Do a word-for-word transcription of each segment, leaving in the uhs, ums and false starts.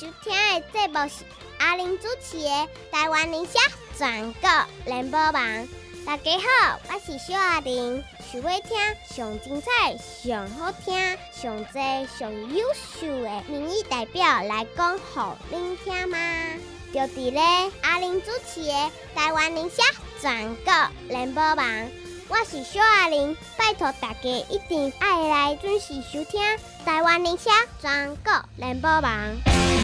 收听的节目是阿玲主持的《台湾理社全国联播网》。大家好，我是小阿玲。想要听上精彩、上好听、上多、上优秀的民意代表来讲给您听吗？就伫咧阿玲主持的《台湾理社全国联播网》。我是小阿玲，拜托大家一定要来准时收听台湾理社全国联播网。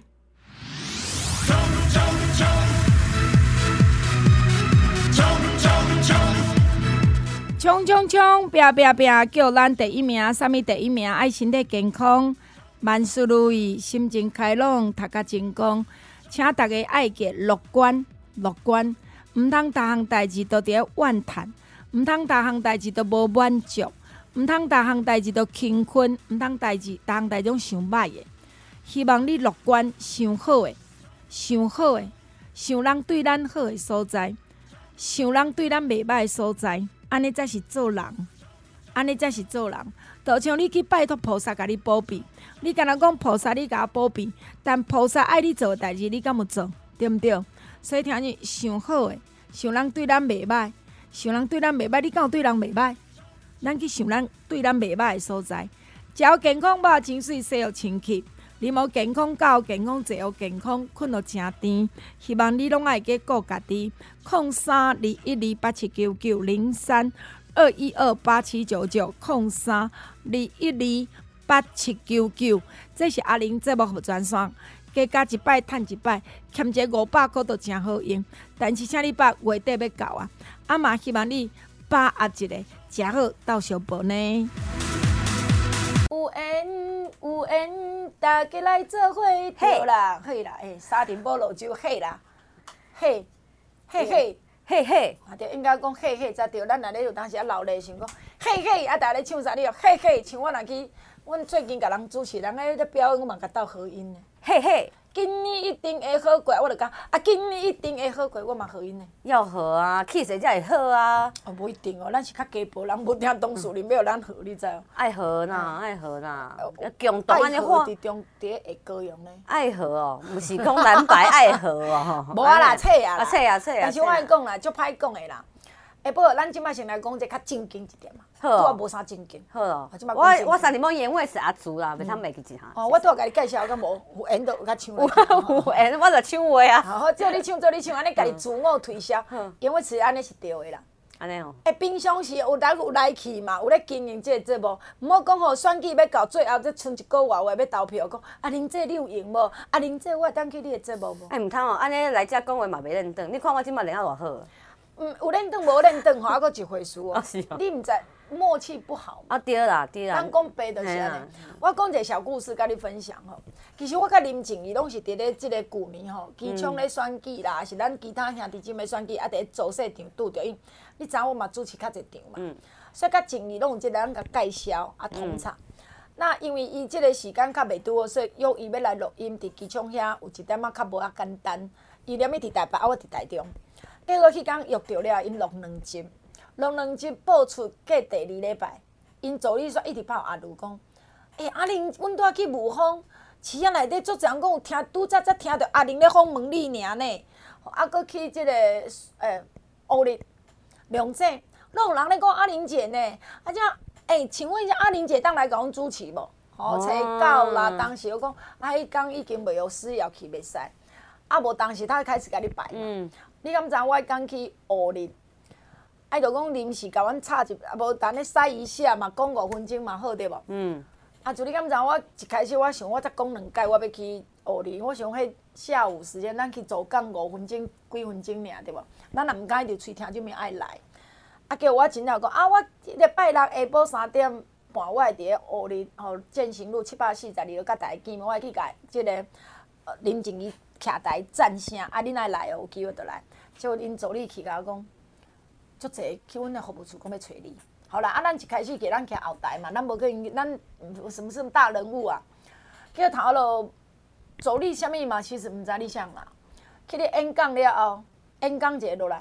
冲冲冲！拼拼拼！叫咱第一名，啥物第一名？爱身体健康，万事如意，心情开朗，读甲成功。请大家爱个乐观，乐观，毋通逐项代志都伫咧怨叹。毋通逐项代志都无满足，毋通逐项代志都轻困，毋通代志逐项代志拢想歹的。希望你乐观，想好的，想好的，想人对咱好的所在，想人对咱袂歹的所在，安尼才是做人，安尼才是做人。就像你去拜托菩萨甲你保庇，你敢若讲菩萨你甲我保庇，但菩萨爱你做的代志，你敢有做？对毋对？所以听你想好的，想人对咱袂歹。想人对咱袂歹，你敢有对人袂歹？咱去想咱对咱袂歹的所在。食好健康饱，清水洗好清气。你无健康，教健康，坐好健康，困到正甜。希望你拢爱记顾家己。零三二一二八七九九零三二一二八七九九零三二一二八七九九，这是阿玲节目服专线。加加一摆趁一摆，欠一个五百块都真好用。但是请你把月底要到啊，啊嘛希望你把握一个，食好到相报呢。有缘有缘，大家来做伙跳啦，嘿啦，诶，沙丁堡泸州嘿啦，嘿，嘿嘿嘿嘿，啊对，应该讲嘿嘿才对。咱若咧有当时啊闹咧想讲嘿嘿，啊大家咧唱啥？你哦嘿嘿，像我若去，阮最近甲人主持人咧咧表演，我嘛甲斗合音呢。嘿嘿，今年一定会好过，我就讲啊，今年一定会好过，我嘛合音呢。 要合啊，气势才会好啊。 哦，无一定哦，咱是较家暴，人无听董事林，要咱合，你知哦？ 爱合呐，爱合呐，共同安尼合伫中伫咧下高阳呢。 爱合哦，毋是讲蓝白爱合哦。 无啊啦，册啊啦， 册啊册啊。 但是我爱讲啦，足歹讲的啦。下晡咱即摆先来讲一个较正经一点嘛。 好哦。 拄啊无啥正经。 好哦。我我三年某演话是阿竹啦，袂通袂记一下。 哦，我拄啊甲你介绍，敢无有缘就有较唱。 有有缘，我就唱话啊。 好，照你唱，照你唱，安尼家己自我推销，因为是安尼是对的啦。 安尼哦。诶， 平常时有来有来去嘛，有咧经营这个节目，毋好讲吼选举要到最后，再剩一个月话要投票，讲阿玲这你有用无？阿玲这我会当去你的节目无？ 哎，毋通哦，安尼来遮讲话嘛袂认真。你看我即摆练啊偌好。 嗯，有认真无认真，吼，还佫一回事哦。 是哦。 你毋知默契不好。 啊对啦对啦。 咱讲白就是安尼。我讲一个小故事，甲你分享吼。其实我甲林静怡拢是伫咧即个旧年吼，机场咧选举啦，是咱其他兄弟姊妹选举，啊，伫咧造势场拄着，因你知我嘛主持较侪场嘛，嗯、所以甲静怡拢有即个咱甲介绍啊统插。嗯、那因为伊即个时间较袂拄好，所以约伊要来录音，伫机场遐有一点仔较无遐简单。伊踮伊伫台北，啊我伫台中。结果迄天约着了，因录两集，录两集播出过第二礼拜，因助理煞一直拍阿如讲，诶、欸、阿玲，阮拄仔去雾峰，市仔内底足侪人讲有听，拄则才听着阿玲咧访问你尔呢，啊，搁去即、这个诶乌日龙井，拢有人咧讲阿玲姐呢，啊只诶，请问一下阿玲姐当来甲阮主持无？吼、哦，初九啦，当时我讲，啊，迄天已经袂有事要去袂使，啊无当时他开始甲你排嘛。嗯你敢知我迄天去乌日，啊，就讲临时甲阮插一，啊无等咧洗一下嘛，讲五分钟嘛好对无？嗯。啊，就你敢知我一开始我想我才讲两届我要去乌日，我想迄下午时间咱去走讲五分钟几分钟尔对无？咱若毋敢就喙听就免爱来。啊，结果我真正讲啊，我迄个拜六下晡三点半我会伫咧乌日吼建行路七百四十二号甲大家见面，我会去甲即个呃林静怡。徛台赞声，啊！恁爱来哦，有机会就来。结果恁助理去甲我讲，足侪去阮的服务处讲要找你。好啦，啊，咱一开始给咱徛后台嘛，咱无可能，咱什么什么大人物啊？结果头路助理啥物嘛，其实毋知你啥啦。去咧演讲了后，演讲一个落来，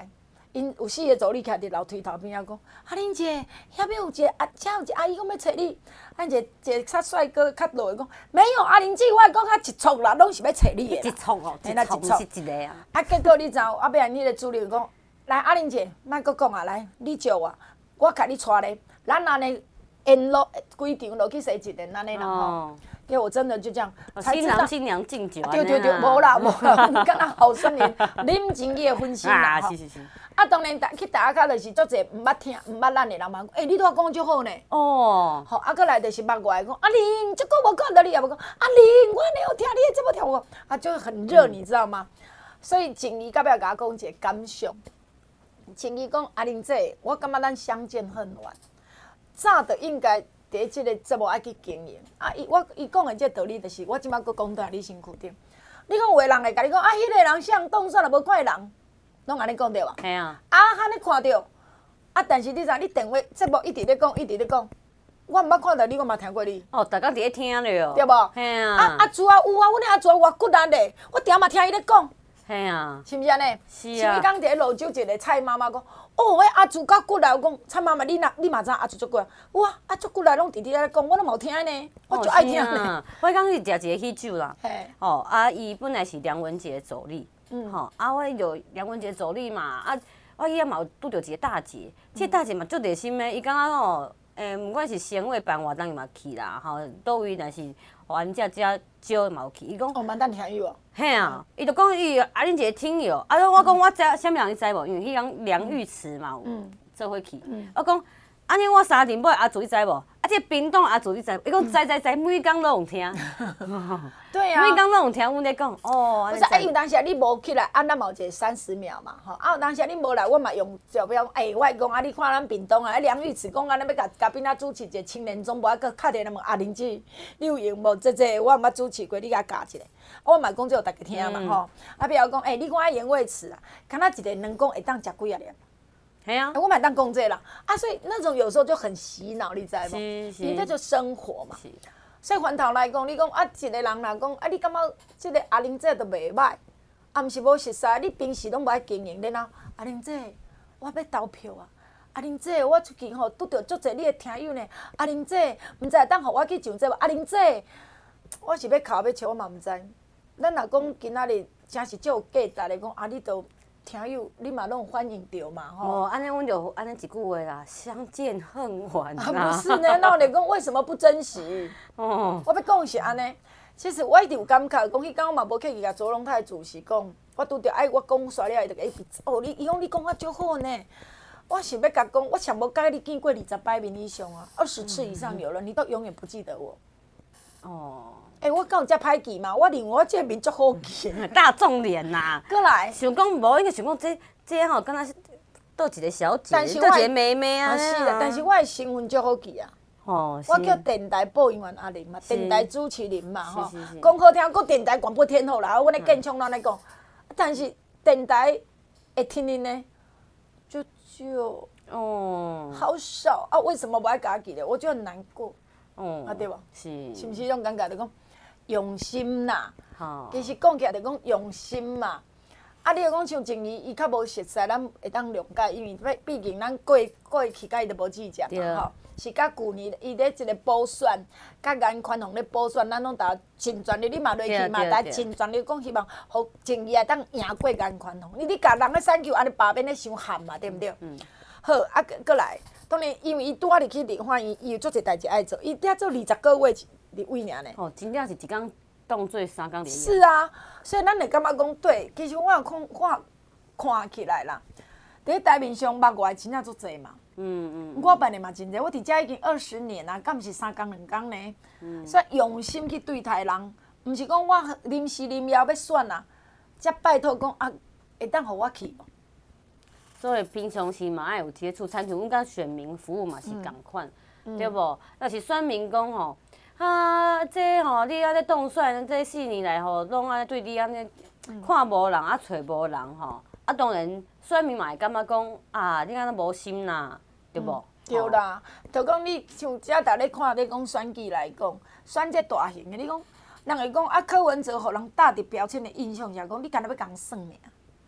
因有四个助理徛伫楼梯头边啊，讲阿玲姐，遐边有一个阿，遮有一个阿姨讲要找你，咱一个一个较帅哥较老的讲，没有阿玲姐，我讲较一撮啦，拢是要找你的。 一撮哦， 嘿啦一撮是一个啊。 啊，结果你知有，后壁迄个助理讲，来阿玲姐，莫搁讲啊，来你招我，我甲你带咧，咱安尼沿路规场落去洗一个安尼啦吼。因为我真的就这样，才知道新郎新娘敬酒啊！ 对对对，无啦无啦，敢若后生人啉钱去分心啦吼。 是是是。 啊，当然，去大家就是足侪毋捌听、毋捌咱的人嘛，诶，你拄讲足好呢。 哦。 吼，啊，搁来就是捌外讲，阿玲，这个无看到你也无讲，阿玲，我没有听你的这么听我，啊，就很热，你知道吗？所以静怡到尾甲我讲一个感想，静怡讲阿玲姐，我感觉咱相见恨晚，早就应该。伫即个节目爱去经营啊！伊我伊讲的即个道理，就是我即摆佫讲倒来你身躯顶。你讲有个人会甲你讲啊，迄、那个人像冻煞了无看人，拢安尼讲对吧？ 系啊。 啊，安尼看到啊，但是你知，你电话节目一直咧讲，一直咧讲，我毋捌看到你，我嘛听过你。 哦，大家伫咧听了。 对无？ 系啊。 啊啊，主啊有啊，阮遐主偌骨力咧，我定嘛听伊咧讲。 系啊。 是毋是安尼？ 是啊。 是伊讲伫咧泸州一个蔡妈妈讲。哦，迄阿祖较骨力，我讲蔡妈妈，你若你嘛知阿祖足骨力，哇，啊足骨力拢直直咧讲，我拢冇听呢，我就爱听呢。 我刚是食一个喜酒啦， 嘿， 哦，啊，伊本来是梁文杰助理， 嗯， 吼，啊，我有梁文杰助理嘛，啊，我以前嘛有拄着一个大姐，即个大姐嘛足热心的，伊感觉吼，诶，毋管是省委办活动伊嘛去啦，吼，倒位若是还遮遮少的嘛有去，伊讲， 哦，蛮等听有哦。 嘿啊，伊就讲伊阿玲一个听友，啊，我讲我知啥物人你知无？因为迄人梁玉慈嘛有做伙去，我讲安尼我三林尾阿祖你知无？啊，这冰冻阿祖你知？伊讲知知知，每工都有听。 对啊， 每工都有听阮咧讲，哦。 不是，哎，有当时你无起来，啊，咱嘛有一个三十秒嘛，吼，啊，有当时你无来，我嘛用照标，哎，我讲啊，你看咱屏东啊，梁玉慈讲安尼要甲甲边仔主持一个青年总部，啊，佮敲电话问阿玲姐，你有闲无？这这我毋捌主持过，你甲教一下。我嘛讲这有大家听嘛吼，啊，比如讲，哎，你看啊，言话词啊，敢若一个两讲会当食几啊粒？ 系啊， 我买当讲这啦，啊，所以那种有时候就很洗脑，你知无？ 是是。 因为这就生活嘛。 是。 所以反头来讲，你讲啊，一个人若讲啊，你感觉即个阿玲姐都袂歹，啊，毋是无熟悉，你平时拢无爱经营，然后阿玲姐，我要投票啊！阿玲姐，我出去吼拄着足侪你的听友呢。阿玲姐，毋知会当互我去上节目？阿玲姐，我是要哭要笑，我嘛毋知。咱若讲今仔日真是足有价值的，讲啊，你都听友，你嘛拢有反映着嘛吼。 哦，安尼阮就安尼一句话啦，相见恨晚啊，不是呢，那我就讲为什么不珍惜？哦，我要讲是安尼。其实我一直有感觉，讲迄天我嘛无客气甲左龙泰主席讲，我拄着爱我讲煞了，伊就哎，哦，你伊讲你讲我足好呢。我是要甲讲，我上无甲你见过二十摆面以上啊，二十次以上有了，你都永远不记得我。哦。哎、欸，我敢有遮歹记嘛？我认为我这面足好记。 大众脸呐。 过来。 想讲无，应该想讲这这吼，敢若是倒一个小姐，倒一个妹妹啊。 是啦，但是我的身份足好记啊。哦。我叫电台播音员阿玲嘛，电台主持人嘛吼。讲好听，搁电台广播天后啦，阮咧建腔咱咧讲。但是电台会听人呢，就就哦，好少啊！为什么不爱家己咧？我就很难过。哦。啊对无？是。是毋是迄种感觉？就讲。用心啦，其实讲起来就讲用心嘛。啊，你要讲像静怡，伊较无熟悉，咱会当谅解，因为毕毕竟咱过过去甲伊都无记者嘛吼。是甲旧年伊咧一个补选，甲颜宽宏咧补选，咱拢逐尽全力，你嘛落去嘛，逐尽全力讲希望，互静怡会当赢过颜宽宏。你你甲人咧选球，安尼爸边咧伤寒嘛，对毋对？嗯。好，啊，过来，当然因为伊拄仔入去立法院，伊有足侪代志爱做，伊遐做二十个月。立委尔呢？ 哦，真正是一工当做三工连。 是啊，所以咱会感觉讲对，其实我有看看看起来啦，伫台面上捌我真正足侪嘛。嗯嗯。我办的嘛真侪，我伫遮已经二十年啊，敢毋是三工两工呢？嗯。所以用心去对待人，毋是讲我临时临要要选啊，才拜托讲啊，会当互我去无？ 所以平常时嘛爱有接触，参像阮甲选民服务嘛是共款，嗯、对无？若是选民讲吼。啊，这吼、喔，你安尼当选，这四年来吼，拢安尼对你安尼看无人，啊找无人吼，啊当然选民嘛会感觉讲啊，你安尼无心啦，对无？ 对啦，就讲你像遮逐咧看咧讲选举来讲，选这大型的，你讲人会讲啊，柯文哲互人打伫标签的印象是讲你干那要共算尔？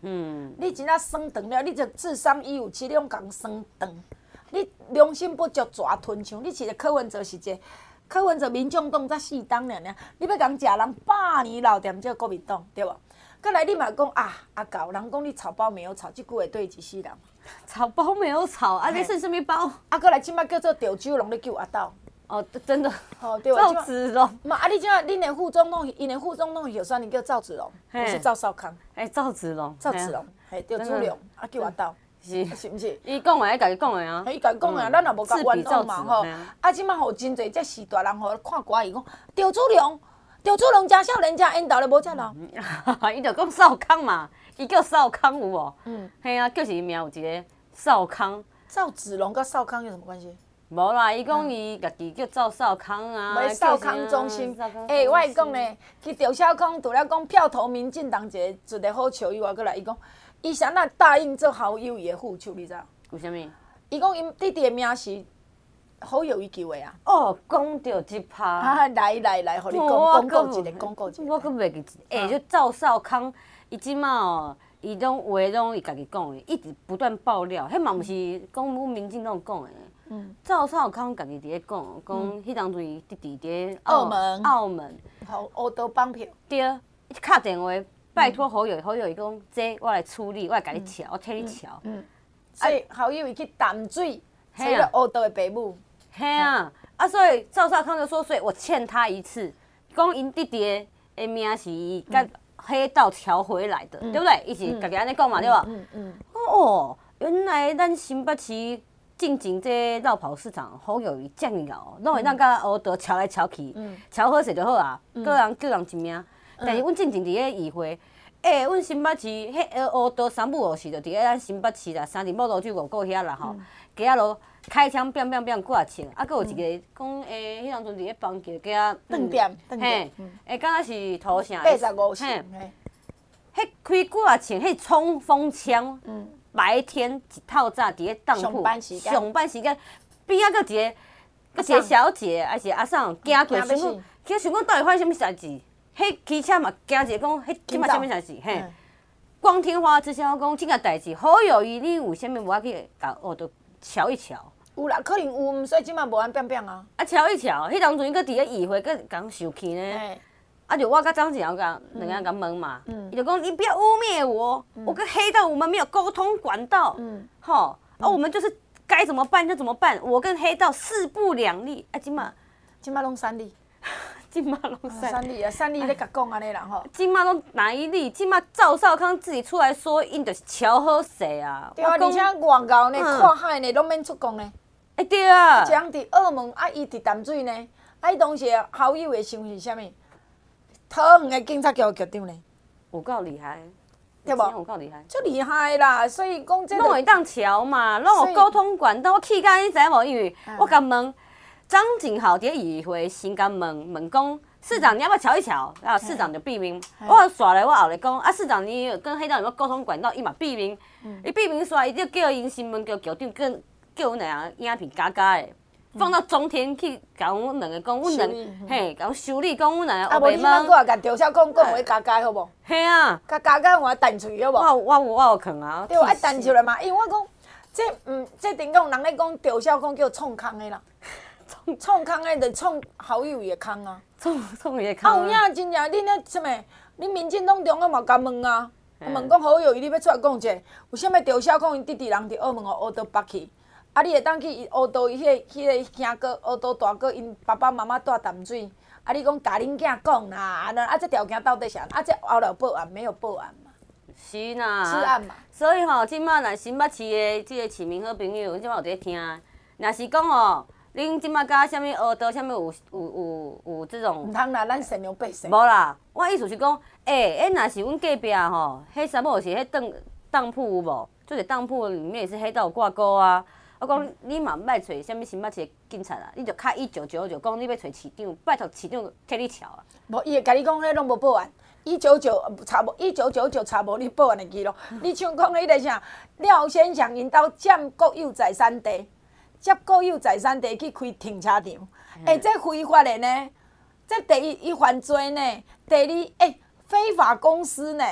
嗯，你真正酸长了，你就智商一五七，你用讲酸长，你良心不足蛇吞象，你是个柯文哲是一个柯文哲民众党才四党尔尔，你要讲食人百年老店这国民党对无？再来你嘛讲啊阿狗，人讲你草包没有草，即句话对一世人。 草包没有草，啊，你是什么包？ 啊，过来即摆叫做赵九龙咧救阿斗。 哦，真的， 哦对赵子龙。 嘛啊，你即摆恁的副总统，因的副总统有选你叫赵子龙，不是赵少康。 哎，赵子龙， 赵子龙，嘿，赵子龙，啊救阿斗， 是是毋是？ 伊讲的，伊家己讲的啊。 伊家己讲的，咱也无甲冤枉嘛吼。啊，即摆互真侪这时大人吼看歌伊讲赵子龙，赵子龙真少年真缘投咧无遮老。 伊就讲少康嘛，伊叫少康有无？嗯，嘿啊，就是伊名有一个少康。 赵子龙跟少康有什么关系？ 无啦，伊讲伊家己叫赵少康啊， 袂少康中心。诶，我会讲咧，去赵少康除了讲票投民进党一个一个好笑以外，过来伊讲，伊啥那答应做侯友宜的副手，你知影？ 为虾米？ 伊讲因弟弟的名是侯友宜救的啊。 哦，讲到即趴。 啊，来来来，互你讲广告一个，广告一个。 我阁袂记，诶，就赵少康，伊即马哦。伊拢话拢伊家己讲的，一直不断爆料，迄嘛毋是讲阮民进党讲的。嗯。赵少康家己伫咧讲，讲迄当阵伊弟弟伫澳门。 澳门。 好，乌刀帮票。 对，伊敲电话拜托侯友宜，侯友宜讲，这我来处理，我来甲你瞧，我替你瞧。嗯。 所以侯友宜去淡水找了乌刀的爸母。 嘿啊，啊，所以赵少康就说，所以我欠他一次，讲因弟弟的名是伊甲。黑道调回来的，嗯、对不对？伊是家己安尼讲嘛，嗯、对吧？嗯嗯。哦，原来咱新北市进前这绕跑市场好友伊这么搞，拢会当甲乌道瞧来瞧去，瞧好势就好啊。个人救人一命，但是阮进前伫咧议会，诶，阮新北市迄乌道三不五时就伫咧咱新北市啦，三地某路区五股遐啦吼，街仔路开枪砰砰砰挂枪，啊，佫有一个讲诶，迄当阵伫咧帮桥街仔饭店， 嘿，诶，敢若是土城， 八十五线， 迄开挂枪，迄冲锋枪，白天一套炸伫咧当铺，上班时间，上班时间边仔佫一个，佫一个小姐，还是阿桑行过，想讲，其实想讲到底发生什么代志？迄骑车嘛惊一个讲，迄即嘛什么代志？嘿，光天化日之下讲，即个代志，好友伊你有啥物无去甲学着瞧一瞧？ 有啦，可能有，所以即马无安变变啊。 啊，瞧一瞧，迄当阵伊搁伫咧议会，搁讲受气呢。啊，就我甲张子尧甲两个人甲问嘛，伊就讲你不要污蔑我，我跟黑道我们没有沟通管道，吼，啊，我们就是该怎么办就怎么办，我跟黑道势不两立。啊，即马， 即马拢三立， 即马拢三三立啊，三立咧甲讲安尼啦吼。 即马拢哪一立？即马赵少康自己出来说，因就是瞧好势啊。 对啊，而且外交呢，看海呢，拢免出国呢。 哎，对啊。 一人伫澳门，啊，伊伫淡水呢，啊，伊当时好友的想是啥物？桃园的警察局局长呢？ 有够厉害， 对无？ 有够厉害， 足厉害啦！所以讲这拢会当桥嘛，拢有沟通管道。我气甲你知无？因为我甲问张景豪伫议会先甲问问讲，市长你要不要瞧一瞧？然后市长就闭名。我刷来我后来讲，啊市长你跟黑道有没有沟通管道？伊嘛闭名，伊闭名刷，伊就叫因新闻局局长跟叫阮两个影片加加的。放到中天去，甲阮两个讲，阮两嘿，甲阮修理讲，阮两个啊，无你莫搁甲赵少康讲话加加好无？ 嘿啊， 甲加加我弹喙好无？ 我我我有看啊。 对，爱弹出来嘛，因为我讲，这嗯，这顶讲人咧讲赵少康叫创空的啦，创创空的就创好友的空啊， 创创伊的空。啊， 有影真正，恁咧什么？恁民进党中央嘛甲问啊，问讲好友伊，你要出来讲者，有啥物赵少康因弟弟人伫澳门哦，乌倒北去。啊，你会当去乌道伊迄个、迄个兄哥、乌道大哥，因爸爸妈妈住淡水。啊，你讲甲恁囝讲啦，啊，啊，这条件到底啥？啊，这后来报案没有报案嘛？ 是呐。 是案嘛。 所以吼，即摆若新北市的即个市民好朋友，即摆有在听。若是讲吼，恁即摆甲啥物乌道啥物有有有有这种？ 毋通啦，咱善良百姓。 无啦，我意思是讲，诶、欸，迄若是阮隔壁吼，迄三某是迄当当铺有无？就是当铺里面也是黑道挂钩啊。我讲你嘛毋爱找啥物新北市的警察啊，你就敲一九九九，讲你要找市长，拜托市长替你瞧啊。 无，伊会甲你讲，迄拢无报案。一九九查无，一九九九查无你报案的记录。你像讲迄个啥，廖先祥因兜占国有财产地，接国有财产地去开停车场，哎、欸，这非法的呢。这第一，伊犯罪呢；第二，哎、欸，非法公司呢。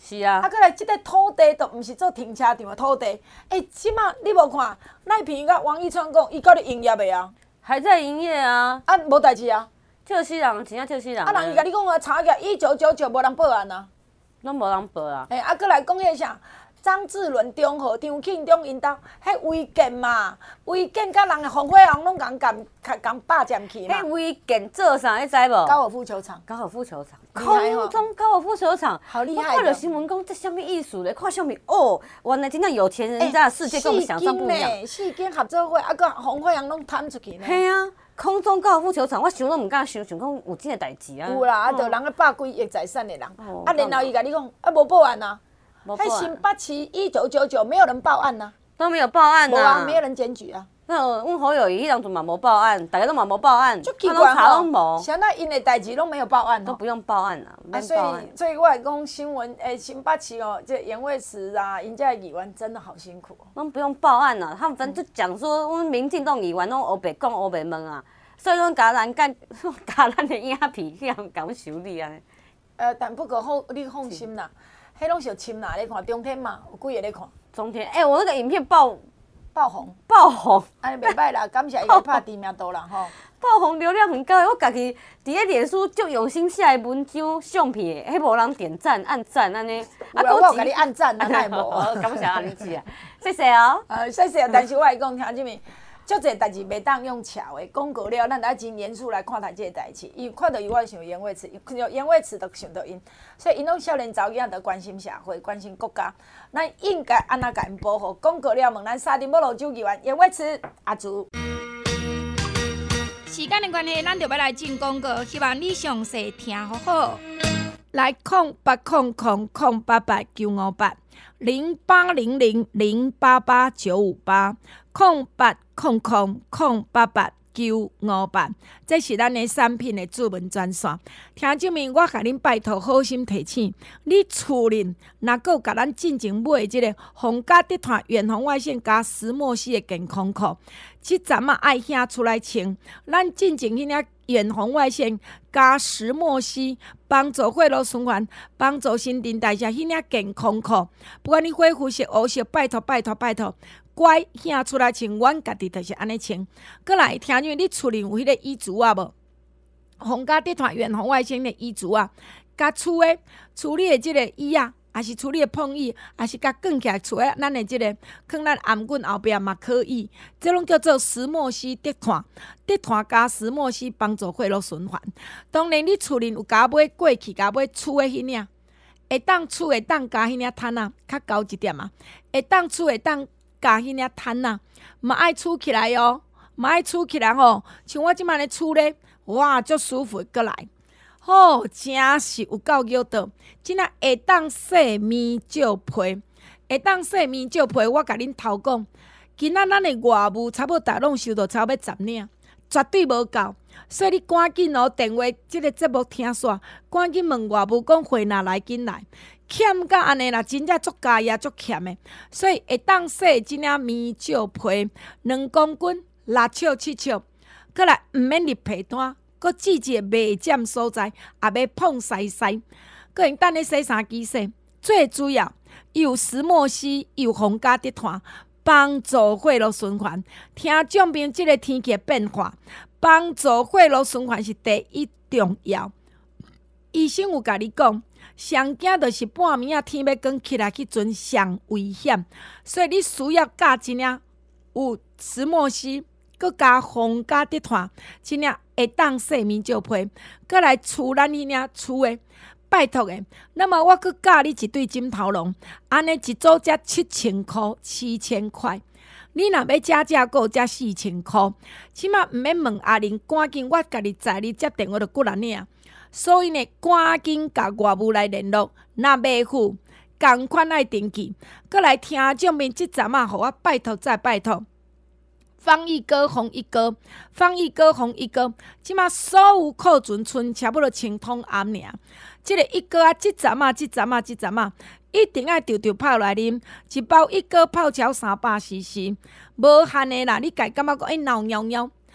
是啊。 啊，过来，即个土地都毋是做停车场的土地。哎、欸，即马你无看赖平甲王一川讲，伊到底营业的啊？ 还在营业啊。 啊，无代志啊。 笑死人，真正笑死人。 啊，人伊甲你讲啊，查起来一九九九无人报案啊。 拢无人报啊。 哎、欸，啊，过来讲迄啥？张志伦中和张庆中因兜，迄违建嘛，违建甲人的防火巷拢共共共霸占去嘛。 迄违建做啥？你知无？ 高尔夫球场。 高尔夫球场。 空中高尔夫球场。 好厉害！ 我看到新闻讲这什么意思咧？看上面哦，原来真正有钱人家的世界跟我们想象不一样。 四间合作伙，啊个防火巷拢摊出去呢。 嘿啊，空中高尔夫球场，我想都唔敢想，想讲有真个代志啊。 有啦，啊，就人咧霸几亿财产的人，啊，然后伊甲你讲，啊，无报案啊。喺新北市一九九九，没有人报案呐、啊， 都没有报案呐、 啊，啊，没有人检举啊。 那阮好友伊迄当阵嘛无报案，大家都嘛无报案， 就奇怪吼， 现在因的代志拢没有报案、哦， 都不用报案啊。 啊，所以所以我来讲新闻，诶、欸，新北市哦，这严卫池啊，因家议员真的好辛苦、哦。 拢不用报案啊，他们反正就讲说，阮民进党议员拢黑白讲黑白问啊，所以讲甲咱干，甲咱的影片去人甲阮修理啊。 呃，但不过好，你放心啦。迄拢是深啦，咧看中天嘛，有几个咧看。 中天，哎、欸，我那个影片爆爆红， 爆红， 安尼袂歹啦，感谢伊拍知名度啦吼。 爆红流量很高，我家己伫咧脸书就用心写的文章相片，迄无人点赞按赞安尼。 啊，我有甲你按赞，啊，奈无。 感谢啊，你姐啊，谢谢哦。 呃，谢谢，但是我来讲，听即面。足侪代志袂当用巧的，讲过了，咱来真严肃来看待这个代志。伊看到伊，我想严卫池，看到严卫池就想到因，所以因拢少年查某囝就关心社会，关心国家。咱应该安怎甲因保护？讲过了，问咱沙丁木路州议员严卫池阿祖。 时间的关系，咱就要来进广告，希望你详细听好好。 来空八空空空八八九五八零八零零零八八九五八空八空空空八八九五八，这是咱的产品的主文专线。听证明，我甲恁拜托，好心提醒，你厝里若够甲咱进前买即个皇家集团远红外线加石墨烯的健康裤，即阵啊爱兄出来穿，咱进前迄领远红外线加石墨烯，帮助血液循环，帮助新陈代谢，迄领健康裤，不管你恢复色、黑色，拜托拜托拜托。乖，兄出来穿，阮家己就是安尼穿。过来，听见你厝里有迄个衣橱啊无？皇家集团远红外线的衣橱啊，甲厝的处理的即个椅啊，还是处理的碰椅，还是甲卷起来厝的咱的即个，放咱颔棍后壁嘛可以。这拢叫做石墨烯滴团，滴团加石墨烯帮助血液循环。当然，你厝里有加买过去加买厝的迄领，会当厝会当加迄领摊啊，较高一点啊，会当厝会当。加迄领摊啊，嘛爱厝起来哦，嘛爱厝起来吼。像我即摆咧厝咧，哇，足舒服过来，吼，真是有够够到。真啊会当洗面罩被，会当洗面罩被，我甲恁头讲，今仔咱的外务差不多逐拢收到差不多十领，绝对无够。所以你赶紧哦，电话即个节目听煞，赶紧问外务讲货若来紧来。欠甲安尼啦，真正足加也足欠的，所以会当洗即领面罩被两公斤六尺七尺，过来毋免入被单，佮记一个未占所在，也要碰洗洗，佮用等咧洗衫机洗。最主要有石墨烯，有皇家集团，帮助血液循环。听证明即个天气的变化，帮助血液循环是第一重要。医生有甲你讲。上惊就是半暝啊，天要光起来去阵上危险，所以你需要加一领有石墨烯，佮加皇家集团，一领会当洗面罩被，佮来厝咱迄领厝的，拜托的。那么我佮教你一对枕头笼，安尼一组才七千块，七千块。你若要加价购才四千块，起码毋免问阿玲，赶紧我家己载你接电话就过来领。所以呢，赶紧甲外务来联络，若袂赴，共款爱登记。搁来听证明即阵啊，互我拜托再拜托。方一哥、洪一哥、方一哥、洪一哥，即马所有库存剩差不多清通暗尔。即、这个一哥啊，即阵啊，即阵啊，即阵啊，一定爱丢丢泡来啉，一包一哥泡超三百 C C， 无限的啦。你家感觉讲哎闹尿尿，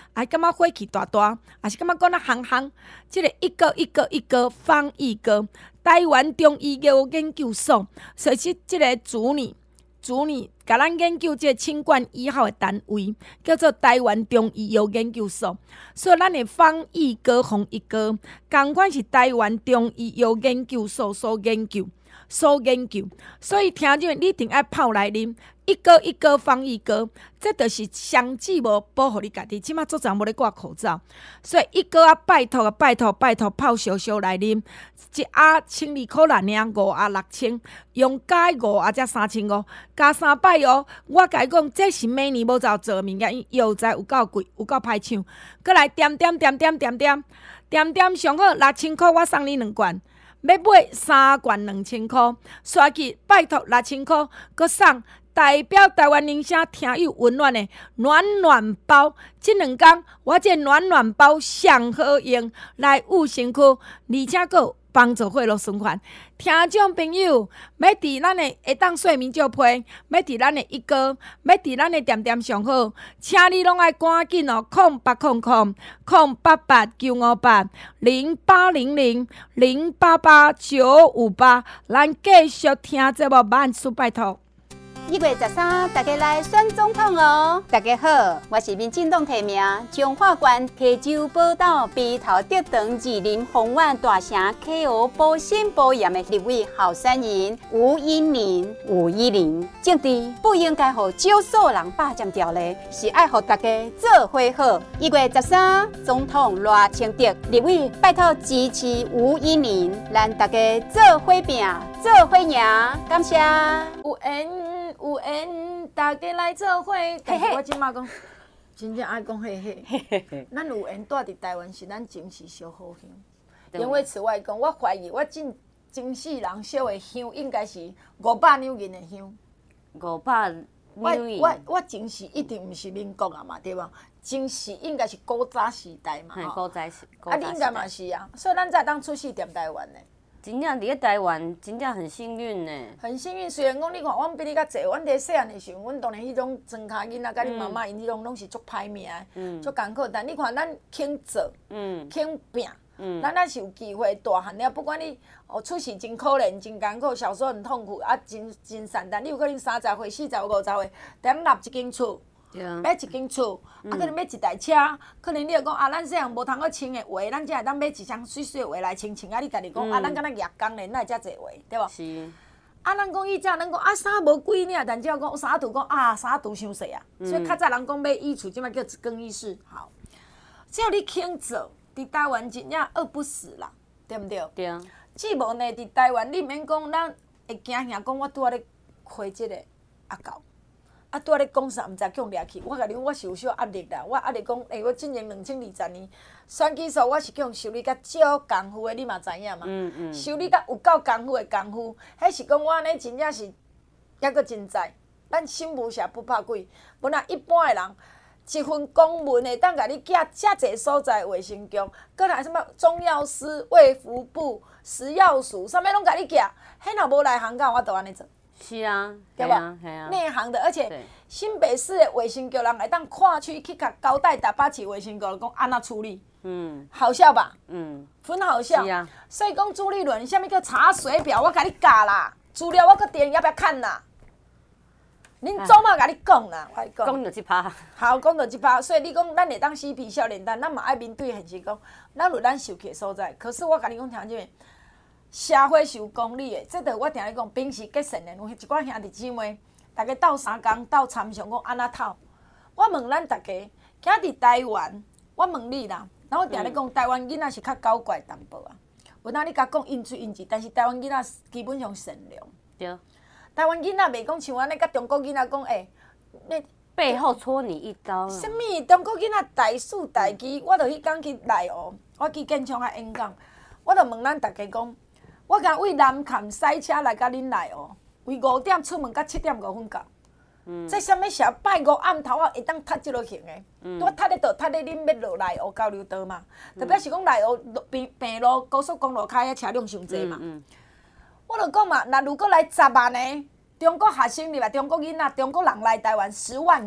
还感觉火气大大，还是感觉讲咱行行，即、这个一个一个一个方一个台湾中医药研究所，所以即个主理主理，甲咱研究即个清冠一号的单位，叫做台湾中医药研究所。所以咱的方一哥、红一哥，同款是台湾中医药研究所所研究。所研究，所以听众你一定爱泡来啉，一哥一哥方一哥，这就是上至无保护你家己，即马做阵无咧挂口罩，所以一哥啊，拜托啊，拜托拜托泡烧烧来啉，一盒千二箍啦，尔五盒六千，用加五盒才三千五，加三摆哦。我甲伊讲，这是每年无走做物件，伊药材有够贵，有够歹抢，过来点点点点点点点点上好六千箍，我送你两罐。要买三罐两千箍，刷去拜托六千箍，佮送代表台湾人声听友温暖的暖暖包。即两天我这暖暖包上好用，来务身躯，而且佮帮助血液循环。听众朋友，要伫咱的下当睡眠照批，要伫咱的一哥，要伫咱的点点上好，请你拢爱赶紧哦，空八空空空八八九五八零八零零零八八九五八，咱继续听节目，万事拜托。 一月十三，大家来选总统哦！大家好，我是民进党提名彰化县溪州宝岛鼻头竹塘二林红苑大城 K O 保心保炎的立委候选人吴依玲。吴依玲，政治不应该互少数人霸占掉的，是爱互大家做伙好。一月十三，总统赖清德立委拜托支持吴依玲，咱大家做伙拼，做伙赢，感谢。 有缘。有缘，大家来做伙。但是我即马讲，真正爱讲嘿嘿。咱有缘住伫台湾是咱前世烧好香。因为此外讲，我怀疑我真前世人烧的香应该是五百两银的香。 五百两银。 我我我前世一定毋是民国啊嘛，对无？前世应该是古早时代嘛。 古早时。 啊，你应该嘛是啊，所以咱才当出世踮台湾呢。 真正伫咧台湾，真正很幸运呢。 很幸运，虽然讲你看，阮比你较济，阮伫细汉的时候，阮当然迄种庄脚囡仔，甲你妈妈因迄种拢是足歹命的，足艰苦。但你看咱肯做，肯拼，咱咱是有机会大汉了。不管你哦出世真可怜、真艰苦，小时候很痛苦，啊真真惨。但你有可能三十岁、四十岁、五十岁，踮立一间厝。买一间厝，啊，可能买一台车，可能你就讲啊，咱细汉无通个穿的鞋，咱才会当买一双水水的鞋来穿穿啊。你家己讲啊，咱敢若业工咧，哪会遮济鞋，对无？ 是。 啊，咱讲以前，咱讲啊，衫无几领，但只要讲衫拄讲啊，衫拄伤细啊，所以较早人讲买衣橱，即摆叫更衣室。好，只要你肯做，伫台湾真正饿不死啦，对毋对？ 对。 只无呢，伫台湾你免讲，咱会惊吓讲我拄仔咧开即个阿狗。啊，拄仔咧讲啥，毋知叫掠去。我甲你讲，我是有小压力啦。我压力讲，诶、欸，我进前两千二十年选举时，我是叫修理甲少功夫的，你嘛知影嘛？嗯嗯。修理甲有够功夫的功夫，迄是讲我安尼真正是抑阁真在。咱心无邪不怕鬼。本来一般的人，一份公文会当甲你寄遮济所在卫生局，搁来什么中药师、卫福部、食药署，啥物拢甲你寄，迄若无内行噶，我都安尼做。 是啊， 对吧？内行的，而且新北市的卫生局人会当跨区去甲交代台北市卫生局讲安怎处理，嗯，好笑吧？嗯，很好笑。是啊。所以讲朱立伦，啥物叫查水表？我甲你教啦，资料我搁电要不要看啦？恁总嘛甲你讲啦，我讲。 讲到即趴。 好，讲到即趴，所以你讲咱会当嬉皮笑脸，但咱嘛爱面对现实讲，咱有咱受气的所在。可是我甲你讲，听见。社会是有公理的，这着我定咧讲，平时结善的，有一寡兄弟姊妹，大家斗相共，斗参详，讲安怎讨？我问咱大家，徛伫台湾，我问你啦，然后我定咧讲，台湾囡仔是较搞怪淡薄啊。有当你甲讲因嘴因舌，但是台湾囡仔基本上善良。 对。 台湾囡仔袂讲像安尼，甲中国囡仔讲，诶、欸，你背后戳你一刀。 什物？中国囡仔大事大机，我著迄天去内湖，我去建昌遐演讲，我著问咱大家讲。我敢为南坎塞车来甲恁来哦，为五点出门，到七点五分到。嗯。这啥物事？拜五暗头啊，会当踢即落行的。嗯。我踢咧倒，踢咧恁要落内湖交流道嘛。特别是讲内湖平平路、高速公路开遐车辆伤济嘛。嗯。我著讲嘛，若如果来十万个中国学生入来，中国囡仔、中国人来台湾十万个，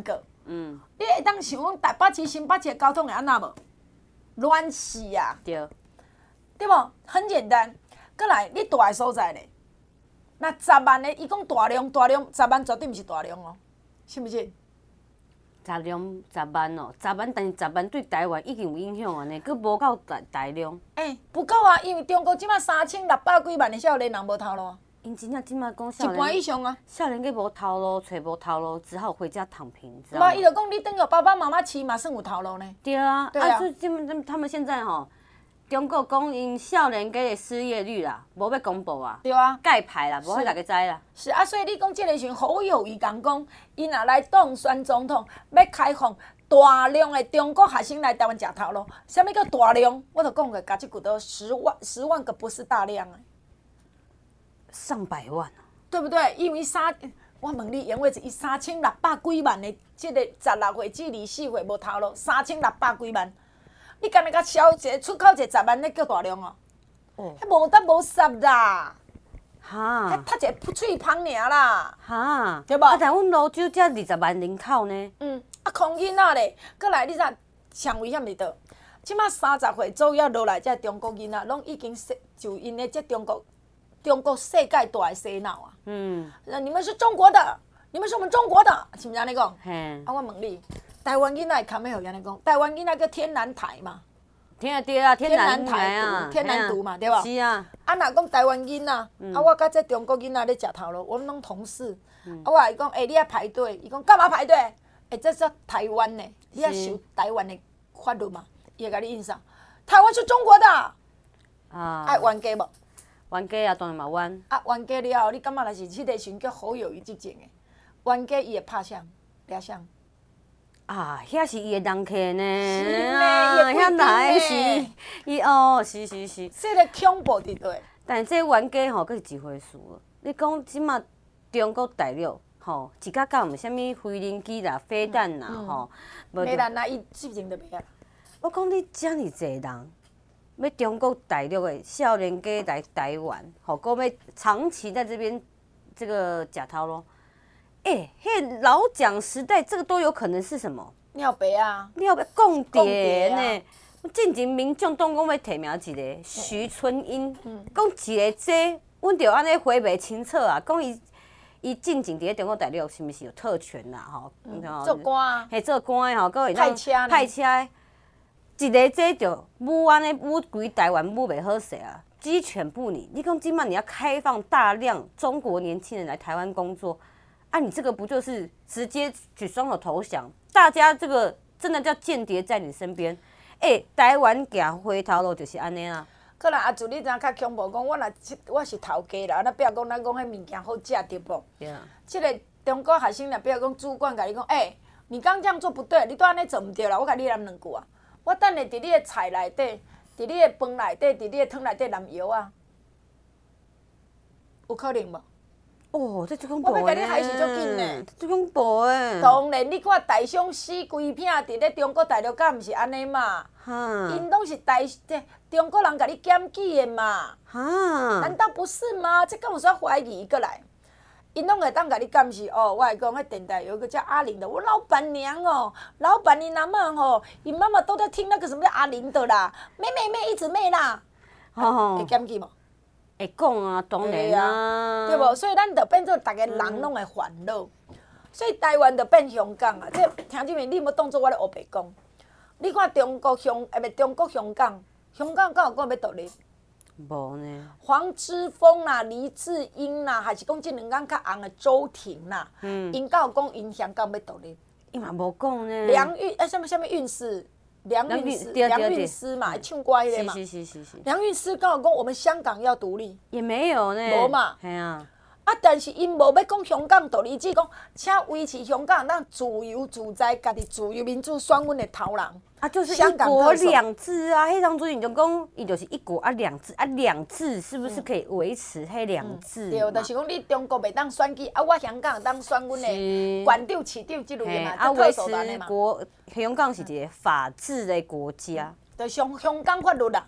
嗯， 你会当想讲台北市、新北市的交通会安那无？乱死啊！ 对， 对无？很简单。过来，你大的所在咧，那十万的，伊讲大量，大量，十万绝对毋是大量哦，信不信？ 十量十万哦，十万，但是十万对台湾已经有影响啊呢，佫无够大大量。 诶、欸，不够啊，因为中国即马三千六百几万的少年人无头路啊， 因真正即马讲一少年， 半以上啊。 少年佫无头路，找无头路，只好回家躺平，知道无， 吗？ 伊就讲你等于爸爸妈妈饲嘛算有头路呢。 对啊， 对啊所以他们他们现在吼，中国讲因少年家的失业率啦，无要公布啊， 对啊， 盖牌啦，无互大家知啦。 是啊，所以你讲即个时阵侯友宜讲讲，伊若来当选总统，要开放大量的中国学生来台湾食头路。啥物叫大量？我就讲过，加一句都十万，十万个不是大量的， 上百万啊！ 对不对？因为三，我问你，杨伟子，伊三千六百几万的，即个十六岁至二十四岁无头路，三千六百几万，你干那甲销一个出口一个十万，那叫大量哦？ 哦， 迄无得无杀啦， 哈迄读一个喙芳尔啦。 哈， 对吧啊，但阮泸州才二十万人口呢。 嗯，啊，空囡仔咧，过来你知上危险伫倒？即马三十岁左右落来，这中国囡仔拢已经世就因咧这中国中国世界大的洗脑啊！ 嗯， 呃你们是中国的，你们是我们中国的，是毋是安尼讲？ 嘿， 啊，我问你，台湾囡仔会堪要互安尼讲？台湾囡仔叫天然台嘛？ 天啊对啊，天然台啊， 独，天然独嘛，对吧？ 是啊， 啊，若讲台湾囡仔，啊，我甲这中国囡仔咧食头路，我们拢同事。啊，我甲伊讲，诶，你爱排队，伊讲干嘛排队？诶，这是台湾的，你要守台湾的法律嘛？伊会甲你印上，台湾是中国的， 啊， 爱冤家无？ 冤家啊，当然嘛冤。 啊，冤家了后，你感觉若是迄个时阵叫侯友宜执政的，冤家伊会拍啥？掠啥？ 啊，遐是伊的人客呢， 是呢啊也不一定遐来呢是伊哦，是是是。 这个恐怖伫倒？ 但是这冤家吼，佫是一回事了。你讲即马中国大陆吼，一甲到毋啥物飞灵机啦、飞弹啦吼，无没人啊，伊执政就袂啊。 我讲你遮尔济人，要中国大陆的少年家来台湾，吼，讲要长期在这边这个假头路。哎、欸，迄老蒋时代，这个都有可能是什么？ 尿白啊， 你要不要共谍共谍呢？进前民众党讲要提名一个徐春英，讲一个这，阮着安尼回袂清楚啊。讲伊伊进前伫咧中国大陆是毋是有特权啦？吼、嗯， 做官啊， 嘿，做官的吼，搁会派车呢派车的，一个这着舞安尼舞规台湾舞袂好势啊，鸡犬不宁。你讲今麦你要开放大量中国年轻人来台湾工作。啊，你这个不就是直接举双手投降？大家这个真的叫间谍在你身边。哎、欸，台湾行回头路就是安尼啊。 可能阿祖你知影较恐怖，讲我若我是头家啦，那不要讲咱讲迄物件好食对无？ 对啊。 即个中国学生若不要讲主管甲你讲，哎、欸，你刚这样做不对，你都安尼做唔对啦，我甲你念两句啊。我等下伫你的菜内底，伫你的饭内底，伫你的汤内底淋药啊，有可能无？ 哦，这最恐怖我要甲你害是足紧的， 最恐怖诶。 当然，你看大象死规片伫咧中国大陆，敢毋是安尼嘛？ 哈。 因拢是大这中国人甲你检举的嘛？ 哈。 难道不是吗？这敢有啥怀疑过来？因拢会当甲你监视哦。我来讲，迄电台有一个叫阿玲的，我老板娘哦，老板你阿嬷吼，因妈妈都在听那个什么叫阿玲的啦，妹妹妹一直妹啦， 哦。 会检举无？ 会讲啊，当然啊， 对无？所以咱就变做逐个人拢会烦恼，所以台湾就变香港啊！这听这面你莫当作我咧黑白讲。你看中国香，哎，袂中国香港，香港敢有讲要独立？ 无呢。 黄之锋啦、黎智英啦，还是讲即两间较红的周庭啦，嗯，因敢有讲因香港要独立？ 伊嘛无讲呢。 梁运哎，什么什么运势？梁运诗，梁运诗嘛，唱歌迄个嘛。 是是是是。 梁运诗刚好讲我们香港要独立。 也没有呢。 无嘛。 系啊。 啊，但是因无要讲香港独立，只讲请维持香港咱自由自在，家己自由民主选阮的头人。 啊，就是一国两制啊！迄当初你就讲，伊就是一国啊两制啊两制，是不是可以维持迄两制？ 对，就是讲你中国袂当选举，啊，我香港当选阮的县长、市长之类的嘛， 啊，维持嘛。 国香港是一个法治的国家， 就香香港法律啦。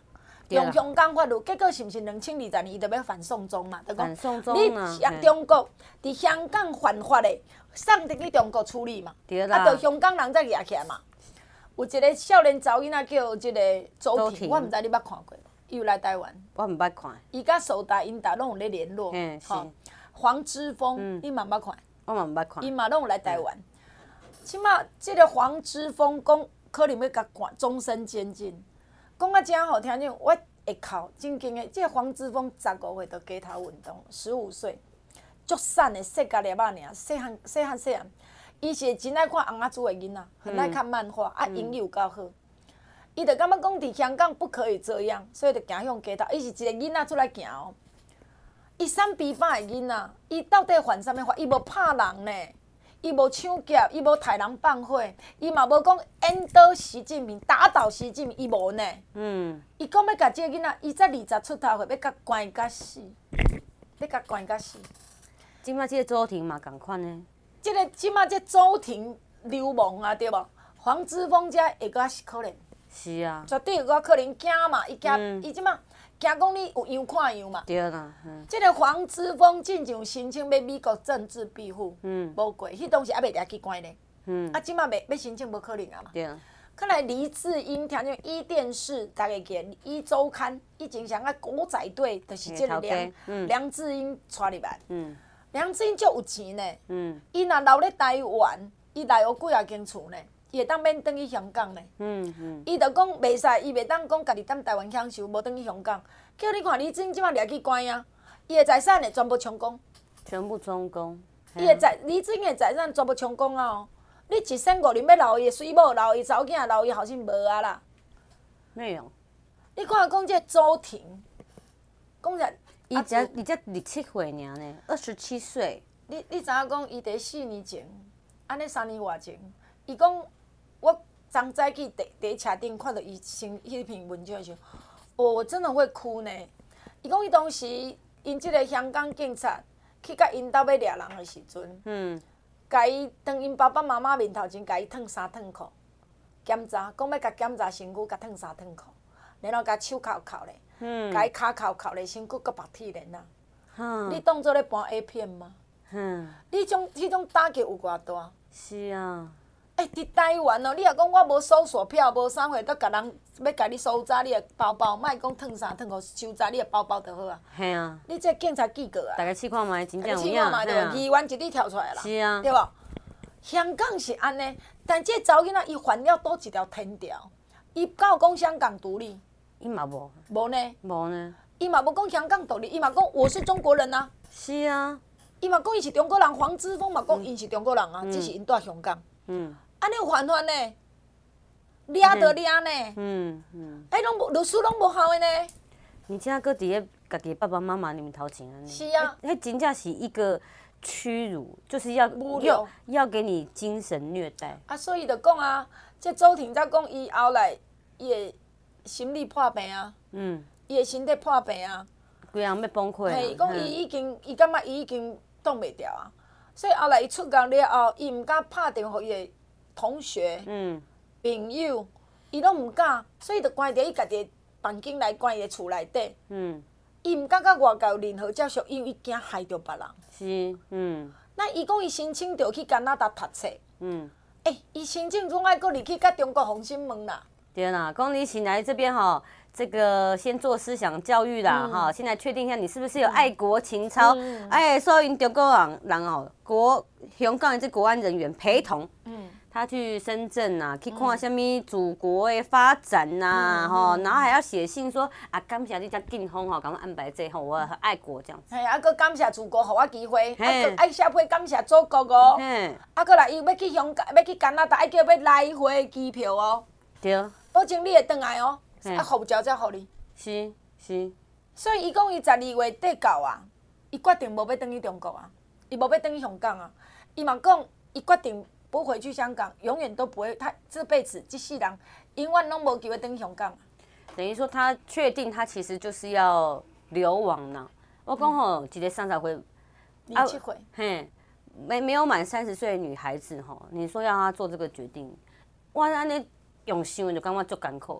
用香港法律，结果是毋是两千二十年伊就要反送中嘛？就反送中啊！ 你中国伫香港犯法的，送得去中国处理嘛？ 对啦。 啊，就香港人再抓起来嘛。有一个少年查囡仔叫即个周婷，我毋知你捌看过无？伊有来台湾。 我毋捌看。 伊甲苏达、英达拢有咧联络。 嗯，是。 黄之锋，你嘛捌看？ 我嘛毋捌看。 伊嘛拢有来台湾。即马即个黄之锋讲，可能要甲关终身监禁。讲啊真好听，种我会哭，真经的。即个黄之锋十五岁就街头运动，十五岁，足瘦的细甲粒仔尔，细汉细汉细汉。伊是真爱看翁仔主的囡仔，很爱看漫画，啊，英语有够好。伊就感觉讲伫香港不可以这样，所以就行向街头。伊是一个囡仔出来行哦，伊三比八的囡仔，伊到底犯啥物法？伊无拍人呢，伊无抢劫，伊无杀人放火，伊嘛无讲演倒习近平，打倒习近平，伊无呢。嗯。伊讲要甲即个囡仔，伊才二十出头岁，要甲关甲死，要甲关甲死。 即摆即个周庭嘛，共款呢。 即个即马即周庭流氓啊，对无？黄之锋遮会阁是可能。 是啊。 绝对有可能惊嘛，伊惊伊即马惊讲你有样看样嘛。 对啦。嗯。 即个黄之锋进上申请要美国政治庇护，嗯，无过，迄当时还袂掠去关咧。嗯。啊，即马袂要申请无可能啊嘛。 对。 看来黎智英听见一电视，大家记得一周刊，以前像啊狗仔队，就是即个梁梁智英带入来。嗯。梁智英足有钱呢，嗯，伊若留咧台湾，伊内有几啊间厝呢，伊会当免转去香港呢，嗯嗯，伊就讲袂使，伊袂当讲家己踮台湾享受，无转去香港。叫你看李智英即马掠去关啊，伊的财产会全部充公， 全部充公， 伊的财李智英的财产全部充公啊哦，你一生五年要留伊的水某，留伊查某囝，留伊后生无啊啦。 没有。 你看讲这周庭，讲着。 伊才伊才二十七岁尔呢，二十七岁。 你你知影讲伊伫四年前，安尼三年外前，伊讲我昨早起第第车顶看到伊先迄篇文章的时候，哦，我真的会哭呢。伊讲伊当时因即个香港警察去甲因兜要掠人的时阵，嗯，甲伊当因爸爸妈妈面头前甲伊脱衫脱裤，检查讲要甲检查身躯，甲脱衫脱裤，然后甲手铐铐咧。嗯，甲伊骹铐铐咧，身躯搁白铁链啊！嗯，你当做咧搬 A 片吗？嗯，你种迄种打击有偌大？ 是啊。 哎，伫台湾哦，你若讲我无搜索票，无啥货，都甲人要甲你搜查你的包包，莫讲脱衫脱裤，收查你的包包就好啊。 系啊。 你这警察记过啊？ 大家试看觅，真正有影。 试看觅对，议员一日跳出来啦。 是啊。 对无？香港是安尼，但这查某囡仔伊犯了倒一条天条，伊敢有讲香港独立？ 伊嘛无， 无呢， 无呢， 伊嘛无讲香港独立，伊嘛讲我是中国人啊。 是啊， 伊嘛讲伊是中国人，黄之锋嘛讲伊是中国人啊，只是因住香港。嗯，安尼有犯法呢，抓就抓呢。嗯嗯，哎，拢无律师拢无效的呢。 你这样搁伫咧家己爸爸妈妈面头前安尼。 是啊， 迄真正是一个屈辱，就是要要要给你精神虐待。 啊，所以就讲啊，这周庭才讲伊后来伊会。心理破病啊，嗯，伊的身体破病啊， 规人要崩溃啊。 嘿，伊讲伊已经，伊感觉伊已经挡袂牢啊，所以后来伊出监了后，伊毋敢拍电话予伊的同学、嗯、朋友，伊拢毋敢，所以就关伫伊家己的房间内，关伊的厝内底。嗯，伊毋敢甲外界有任何接触，因为伊惊害着别人。 是，嗯。 那伊讲伊申请着去加拿大读册。嗯。诶、欸，伊申请总爱搁入去甲中国红星门啦。 对啦，讲你请来这边哈，这个先做思想教育啦哈，先来确定一下你是不是有爱国情操。哎，所以中国人人哦，国香港的这国安人员陪同，他去深圳呐，去看什么祖国的发展呐，哈，然后还要写信说啊，感谢你遮劲风吼，给我安排这吼，我很爱国这样子。 嘿，啊，搁感谢祖国，给我机会，啊，搁爱写批感谢祖国哦。啊，搁来伊要去香港，要去加拿大，爱叫要来回机票哦。 对。 保证你会回来哦，啊，护照才互你。 是是。 所以伊讲伊十二月底到啊，伊决定无要转去中国啊，伊无要转去香港啊。伊嘛讲，伊决定不回去香港，永远都不会，他这辈子这世人永远拢无机会转去香港。 等于说他确定他其实就是要流亡呢。我讲吼，一个三十岁， 二七岁， 嘿，没没有满三十岁的女孩子吼，你说要她做这个决定，哇，安尼。用想就感觉足艰苦啊！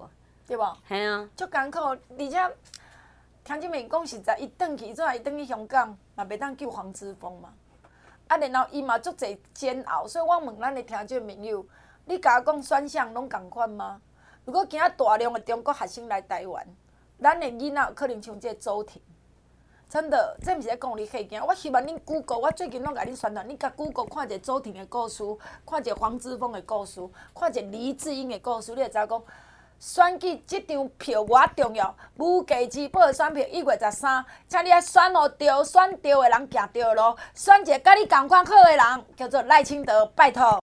对无？ 系啊， 足艰苦，而且听即面讲实在，伊转去，怎啊伊转去香港，嘛袂当救黄之锋嘛。啊，然后伊嘛足侪煎熬，所以我问咱的听众朋友，你甲我讲选项拢共款吗？如果今仔大量的中国学生来台湾，咱的囡仔有可能像这个周婷。真的，这毋是咧讲你吓惊。我希望恁 Google， 我最近拢甲恁宣传，你甲 Google 看者周婷的故事，看者黄之锋的故事，看者黎智英的故事，你会知讲，选举即张票偌重要。无价之宝的选票一月十三，请你啊选互对，选对的人行对路，选一个甲你同款好的人，叫做赖清德，拜托。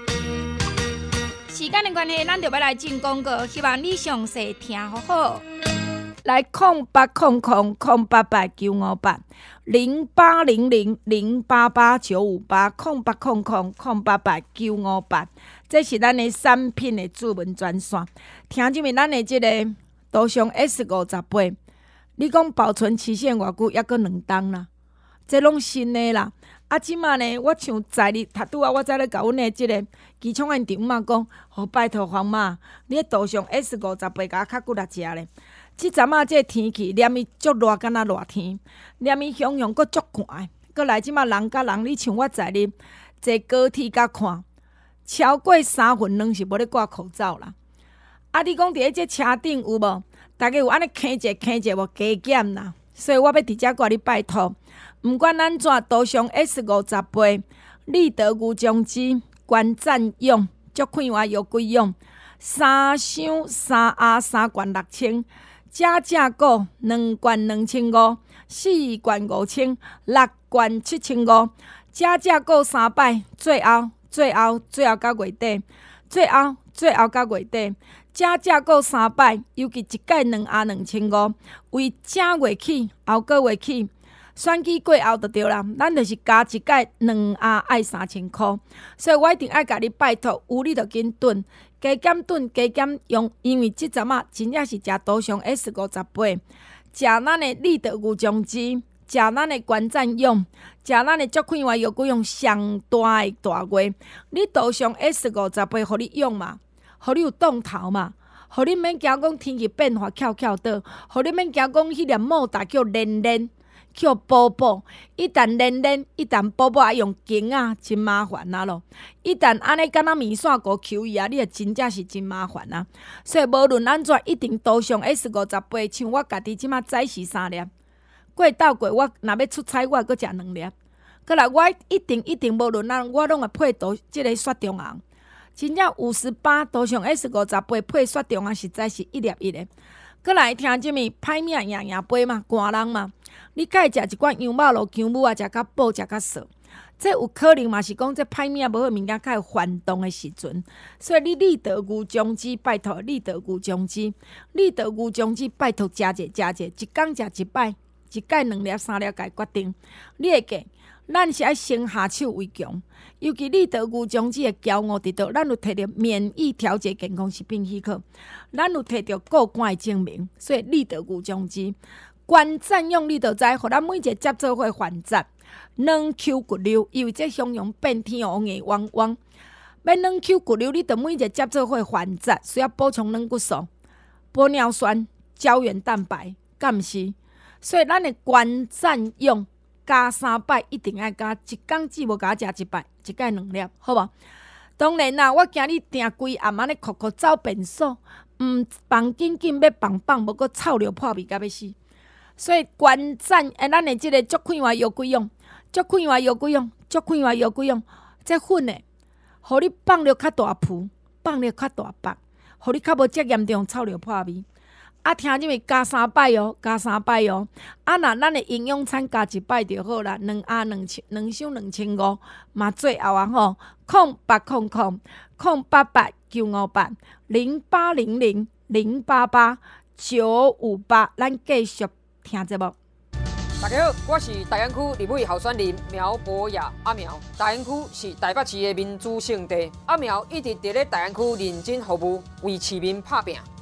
时间的关系，咱就要来进广告，希望你详细听好好。 来空八空空空八八九五八零八零零零八八九五八空八空空空八八九五八，这是咱的产品的主文专线。听即面咱的即个图上 S 五十八，你讲保存期限偌久，抑阁两冬啦，这拢新的啦。啊，即马呢，我像在日读拄啊，我在咧甲阮的即个机场的丈妈讲，哦，拜托黄妈，你咧图上 S 五十八甲较骨力食咧。即阵仔这天气，连伊足热，敢若热天，连伊汹涌阁足寒，阁来即马人甲人，你像我在哩坐高铁甲看，超过三分两是无咧挂口罩啦。啊，你讲伫咧这车顶有无？大家有安尼坑者坑者无加减啦。所以我要伫遮甲你拜托，毋管安怎，图上 S 五十八，立德牛姜汁、关赞用、足快活药桂用，三箱三鸭三罐六千。加价购两罐两千五，四罐五千，六罐七千五，加价购三摆，最后最后最后到月底，最后最后到月底，加价购三摆，尤其一届两鸭两千五，为正月起后个月起，选举过后就对啦，咱就是加一届两鸭爱三千箍，所以我一定爱甲你拜托，有你就紧囤。加减炖，加减用，因为即阵仔真正是食图上 S 五十八，食咱的立德牛姜汁，食咱的关赞用，食咱的足快活药桂用上大的大月，你图上 S 五十八，互你用嘛，互你有动头嘛，互你免惊讲天气变化翘翘倒，互你免惊讲迄粒毛达叫连连。叫补补，一旦连连，一旦补补爱用筋啊，真麻烦啊咯。一旦安尼敢若面线糊 Q 伊啊，你也真正是真麻烦啊。所以无论安怎，一定图上 S 五十八，像我家己即马早时三粒，过倒过我若要出差，我阁食两粒。过来我一定一定无论咱，我拢会配图即个雪中红。真正五十八图上 S 五十八配雪中红，实在是一粒一粒。过来听即物歹命赢赢杯嘛，寒人嘛。你该食一罐羊肉卤姜母啊，食较补，食较素。这有可能嘛是讲这歹命无好物件，较有反动的时阵。所以你立德牛姜汁，拜托立德牛姜汁，立德牛姜汁，拜托食者食者，一工食一摆，一届两粒三粒，家决定。你会记，咱是爱先下手为强。尤其立德牛姜汁的骄傲伫倒，咱有摕到免疫调节健康食品许可，咱有摕到过关的证明，所以立德牛姜汁。关赞用你就知，互咱每一个接做伙还债，软 Q 骨溜，因为这汹涌变天王的汪汪，要软 Q 骨溜，你就每一个接做伙还债，需要补充软骨素、玻尿酸、胶原蛋白，敢毋是？所以咱的关赞用加三摆，一定爱加，一工只无加食一摆，一届两粒，好无？当然啦，我今日定规暗安尼哭哭走便所，毋放紧紧要放放，无阁臭着破味甲要死。所以关赞诶，咱的即个足快活药桂用，足快活药桂用，足快活药桂用，这粉诶，互你放了较大脯，放了较大包，互你较无遮严重臭着破味。啊，听入面加三摆哦，加三摆哦。啊，若咱的营养餐加一摆就好啦，两鸭两千，两箱两千五，嘛最后啊吼，空八空空空八八九五八零八零零零八八九五八，咱继续。听节目， 大家好，我是大安区立委候选人苗博雅阿苗。大安区是台北市的民主圣地，阿苗一直伫咧大安区认真服务，为市民拍拼。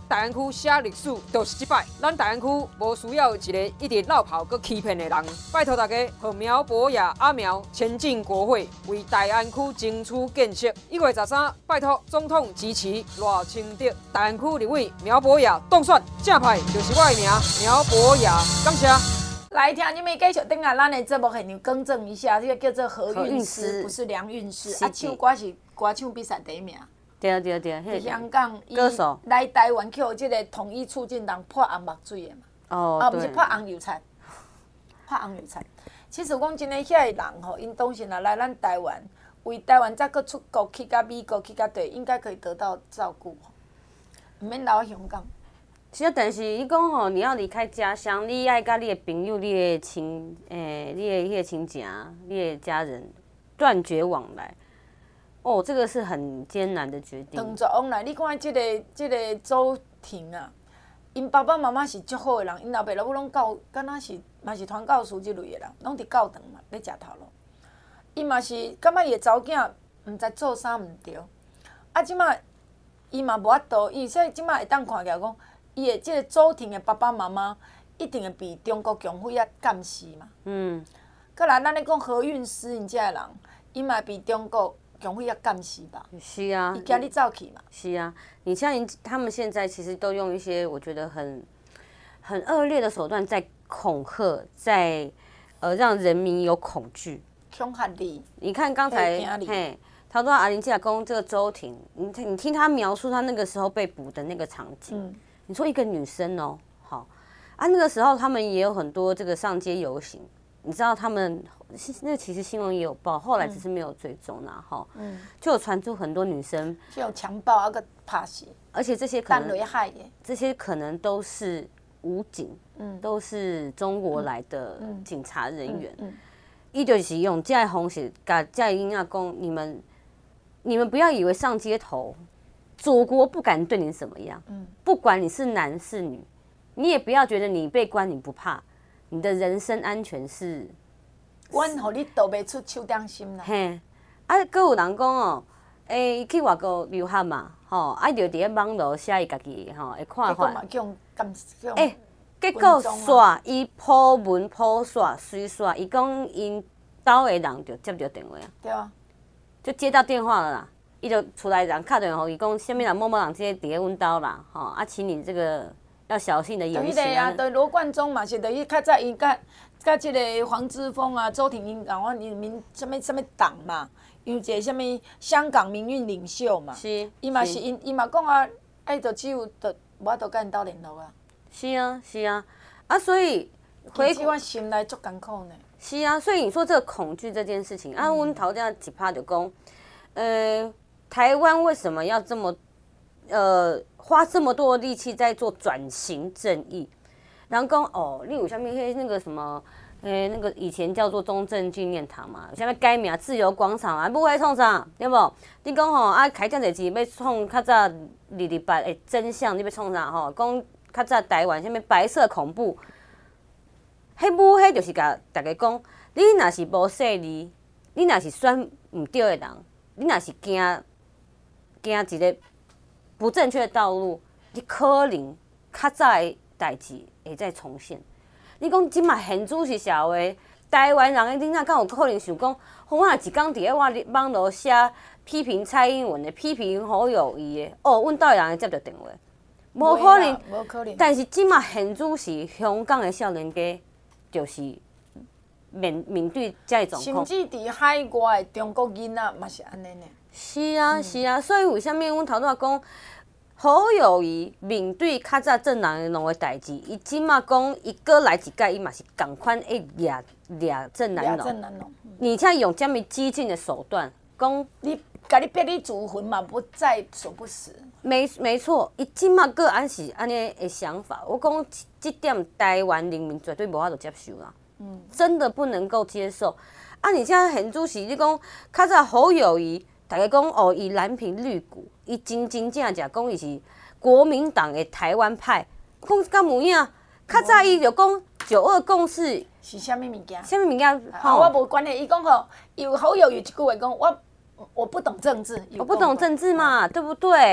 大安区写历史就是一摆，咱大安区无需要一个一直落跑佮欺骗的人。拜托大家，和苗博雅阿苗前进国会，为大安区争取建设。一月十三，拜托总统支持赖清德大安区立委苗博雅当选，正派就是我的名苗博雅，感谢。 来听你们继续等下，咱的节目现场更正一下，这个叫做何韵韵诗， 诗不是梁韵诗。 是啊，唱歌是歌唱比赛第一名。 对啊对啊对啊， 在迄香港，伊歌手来台湾去，这个统一促进党泼红目水的嘛。 哦， 啊，不是对泼红油菜，泼红油菜。其实讲真诶，遐个人吼，因当时若来咱台湾，为台湾再搁出国去甲美国去甲对，应该可以得到照顾吼，毋免留喺香港。 是啊，但是伊讲吼，你要离开家乡，你爱甲你的朋友、你的亲，诶、你的迄个亲情、你的家人断绝往来。哦，这个是很艰难的决定。 断绝往来，你看即、这个即、这个周婷啊，因爸爸妈妈是足好的人，因老爸老母拢教，敢若是嘛是传教士即类的人，拢伫教堂嘛咧食头路。伊嘛是感觉伊的查某囝毋知做啥毋对，啊，即摆伊嘛无法度，伊所以即摆会当看起来讲。伊的即个周婷的爸爸妈妈一定会被中国共匪啊监视嘛。 嗯。 再来，咱咧讲何韵诗，因遮个人，伊嘛被中国共匪啊监视吧。 是啊。 伊惊你走去嘛。 是啊，你像他们现在其实都用一些我觉得很很恶劣的手段在恐吓，在呃让人民有恐惧。 恐吓你。 你看刚才嘿。他说阿玲姐讲这个周婷，你你听他描述他那个时候被捕的那个场景。嗯。你说一个女生哦，好啊，那个时候他们也有很多这个上街游行，你知道他们那其实新闻也有报，后来只是没有追踪啦，哈，嗯，就有传出很多女生就有强暴啊个拍死， 而且这些可能害的， 这些可能都是武警，嗯，都是中国来的警察人员，嗯，伊就是用这样方式甲这样囡仔讲，你们你们不要以为上街头。祖国不敢对你怎么样，不管你是男是女，你也不要觉得你被关你不怕，你的人身安全是。 阮互你逃袂出手掌心啦。 嘿，啊，佫有人讲哦，诶，去外国留学嘛，吼，啊，就伫咧网络写伊家己吼，会看法。 结果嘛叫监叫。 诶，结果刷伊普文普刷随刷，伊讲因兜的人就接着电话啊。 对啊。 就接到电话了啦。伊就出来人打电话，伊讲虾米人某某人，即个伫咧阮兜啦，吼啊，请你这个要小心的言行。 对个啊，对罗贯中嘛，是对伊较早伊甲甲即个黄之锋啊、周庭因讲，我民民什么什么党嘛，有一个什么香港民运领袖嘛， 是， 伊嘛是因伊嘛讲啊，哎，就只有就无法度甲因斗联络啊。 是啊，是啊，啊，所以回去我心内足艰苦呢。 是啊，所以你说这个恐惧这件事情，啊，阮头家一拍就讲，呃。台湾为什么要这么，呃，花这么多力气在做转型正义？然后讲哦，你有下面那个什么，诶、欸，那个以前叫做中正纪念堂嘛，下面改名自由广场啊，不会创啥，对不？你讲吼啊，开这样子要创较早二二八的真相，你要创啥吼？讲较早台湾下面白色恐怖，迄母迄就是甲大家讲，你若是无势力，你若是选唔对的人，你若是惊。行一个不正确的道路，你可能较早的代志会再重现。你讲即卖现主是社会，台湾人的囡仔敢有可能想讲，我若一天伫咧我网络写批评蔡英文的、批评侯友谊的，哦，阮倒人会接到电话，无可能。 无可能。 但是即卖现主是香港的少年家，就是面面对这状况。 甚至伫海外的中国囡仔嘛是安尼呢。 是啊，是啊，所以为虾米阮头拄仔讲，侯友谊面对较早正人的两个代志，伊即马讲伊过来一届，伊嘛是共款一掠掠正南农，而且用这么激进的手段，讲你甲你逼你祖坟嘛，不在所不辞。 没没错，伊即马个安是安尼的想法，我讲这点台湾人民绝对无法度接受啦，嗯，真的不能够接受。啊，你现在很主席，你讲较早侯友谊。大家讲哦，伊蓝屏绿股，伊真真正正讲伊是国民党的台湾派，讲敢有影？较早伊就讲九二共识是啥物物件？ 啥物物件？ 吼，我无关系。伊讲吼，有好友有一句话讲，我我不懂政治， 我不懂政治嘛，对不对？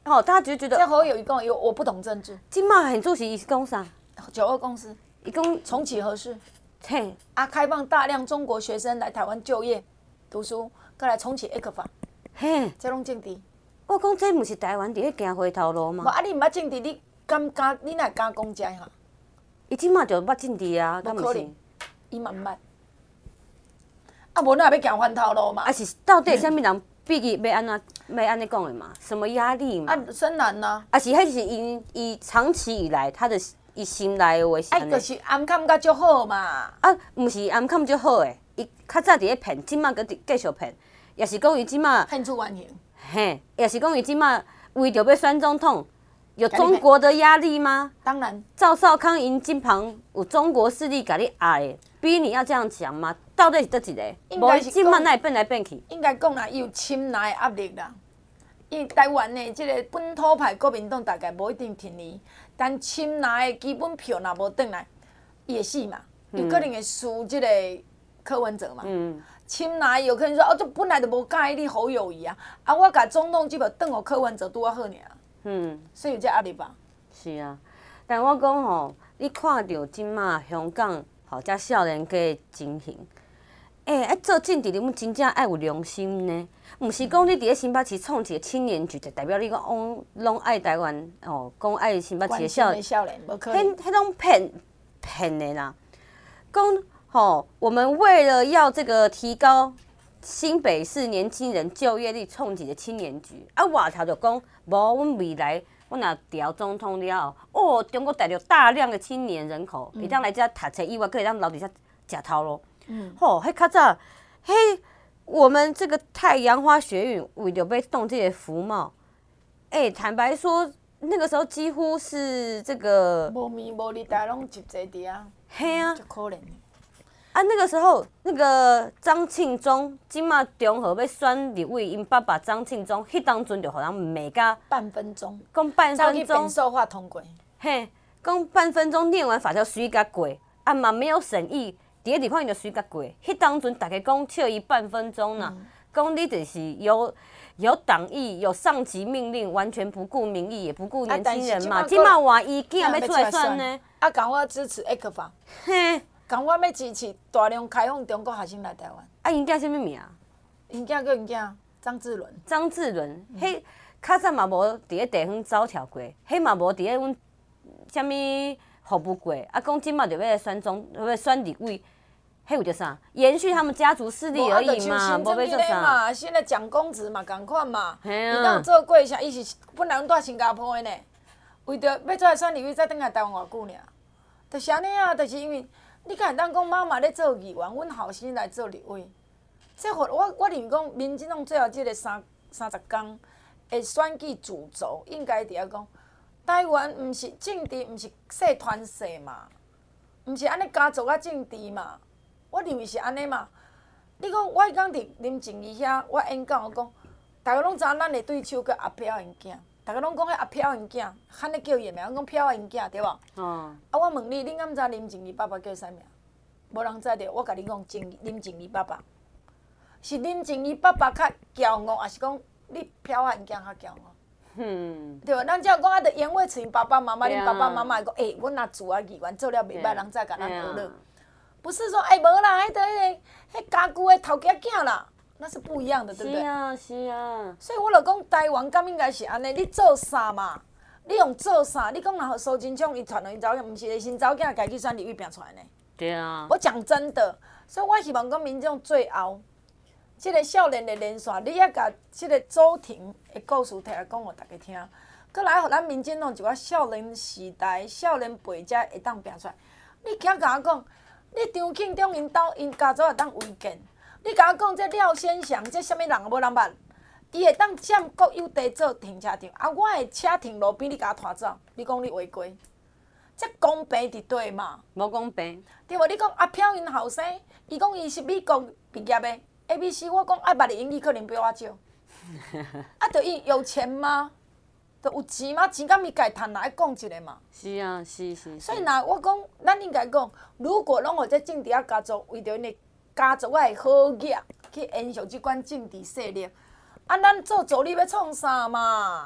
哦，大家就觉这得侯友宜讲，有我不懂政治， 今嘛很主席伊是讲啥？ 九二共识， 伊讲重启核试， 嘿， 啊，开放大量中国学生来台湾就业、读书，再来重启 A 克法， 嘿， 这拢政治。 我讲这毋是台湾伫咧行回头路无吗？ 啊，你毋捌政治，你敢敢，你哪会敢讲这哈？ 伊即马就捌政治啊，敢毋是无可能？，伊嘛毋捌。啊，无哪要行翻头路嘛？ 啊是到底啥物人逼伊要安怎要安尼讲的嘛？什么压力嘛？ 啊，深蓝呐， 啊是，迄是因伊长期以来他的伊心内的话是哎， 安尼就。是暗坎甲足好嘛。 啊，毋是暗坎就好诶，伊较早伫咧骗，即马搁伫继续骗，也是讲伊即马， 骗出原形。 嘿，也是讲伊即马为着要选总统，有中国的压力吗？ 当然， 赵少康因近旁有中国势力甲你压的，逼你要这样讲吗？到底是倒一个？无应该是即马哪会变来变去？ 应该讲啦，伊有侵拿的压力啦。因为台湾的即个本土派国民党大概无一定挺伊，但侵拿的基本票若无转来，伊会死嘛？有可能会输即个柯文哲嘛？ 嗯， 侵拿有可能说哦，这本来就无介意你侯友宜啊，啊，我甲总统这票转互柯文哲拄啊好尔， 嗯， 所以有这压力吧？ 是啊。但我讲吼，你看到即马香港吼遮少年家的情形。诶、欸，爱做政治人物真正爱有良心呢，毋是讲你伫咧新北市创一个青年局，就代表你讲拢拢爱台湾哦，讲爱新北市的少关心的少年，无可能。 迄迄种骗骗的啦。讲吼，我们为了要这个提高新北市年轻人就业率，创一个青年局，啊，外头就讲无，阮未来我若调总统了后，哦，中国大陆大量的青年人口，会当来遮读册以外，可以当留伫遮食头路。嗯，吼，迄较早，迄我们这个太阳花学运为着要动这个服贸，哎、欸，坦白说，那个时候几乎是这个， 无面无日，大家拢集坐伫啊， 嘿啊， 足可怜。 啊，那个时候那个张庆忠，即马中和要选立委，因爸爸张庆忠，迄当阵就互人骂甲半分钟， 讲半早去分钟变，数化通过。 嘿，讲半分钟念完法条水甲过，啊嘛没有审议。伫个地方伊就随甲过，迄当阵大家讲笑伊半分钟啦，讲、嗯、你就是有有党意，有上级命令，完全不顾民意，也不顾年轻人嘛。即马换伊囝要出来选呢， 啊，讲我支持 A 克法， 嘿， 讲我要支持大量开放中国学生来台湾。 啊，因囝啥物名？ 因囝叫因囝张志伦。 张志伦，迄较早嘛无伫咧地方走跳过，迄嘛无伫咧阮啥物服务过，啊，讲即马就要来选总，要选立委。迄有着啥？延续他们家族势力而已嘛，无要做啥。 嘛，现在蒋公子嘛，共款嘛。 系啊。 伊当做过啥？伊是本来住新加坡的呢，为着要做来选立委，再等来台湾偌久尔。就是安尼啊，就是因为你敢会当讲妈妈咧做议员，阮后生来做立委。这互我我认为讲，民进党最后即个三三十天的选举主轴，应该伫遐讲，台湾毋是政治，毋是社团式嘛，毋是安尼家族啊政治嘛。我认为是安尼嘛。你讲我迄讲伫林静怡遐，我演讲我讲，大家拢知影咱的对手叫阿飘因囝，大家拢讲迄阿飘因囝，喊咧叫伊名，我讲飘因囝对无？哦。啊，我问你，你敢知林静怡爸爸叫啥名？无人知着。我甲你讲，静林静怡爸爸是林静怡爸爸较骄傲，还是讲你飘因囝较骄傲？嗯。对无？咱只要讲啊，着言为因爸爸妈妈，恁爸爸妈妈会讲，诶，阮若做啊议员做了袂歹，人再甲咱学乐。不是说哎，无啦，迄个、迄个、迄家具的头家囝啦，那是不一样的，对不对？ 是啊，是啊。 所以我就讲，台湾敢应该是安尼，你做啥嘛？你用做啥？你讲若互苏贞昌伊传落因查某囝，毋是个新查某囝家己选立委拼出来呢？ 对啊。 我讲真的，所以我希望讲民众最后，即、这个少年的连线，你也甲即个周庭的故事摕来讲互大家听，搁来互咱民进党一寡少年时代、少年辈才会当拼出来。你竟甲我讲。你张庆忠因兜因家族会当违建，你甲我讲这廖先祥这啥物人无人捌，伊会当占国有地做停车场，啊，我的车停路边，你甲我拖走，你讲你违规，这公平伫对嘛？ 无公平。 对无？你讲阿飘因后生，伊讲伊是美国毕业的 A B C， 我讲爱捌的英语可能比我少，啊，就伊有钱吗？就有钱吗？钱敢伊家趁来讲一个嘛？ 是啊，是是。 所以若我讲，咱应该讲，如果拢互这政治啊家族为着因的家族的好业去延续即款政治势力，啊，咱做助理要创啥嘛？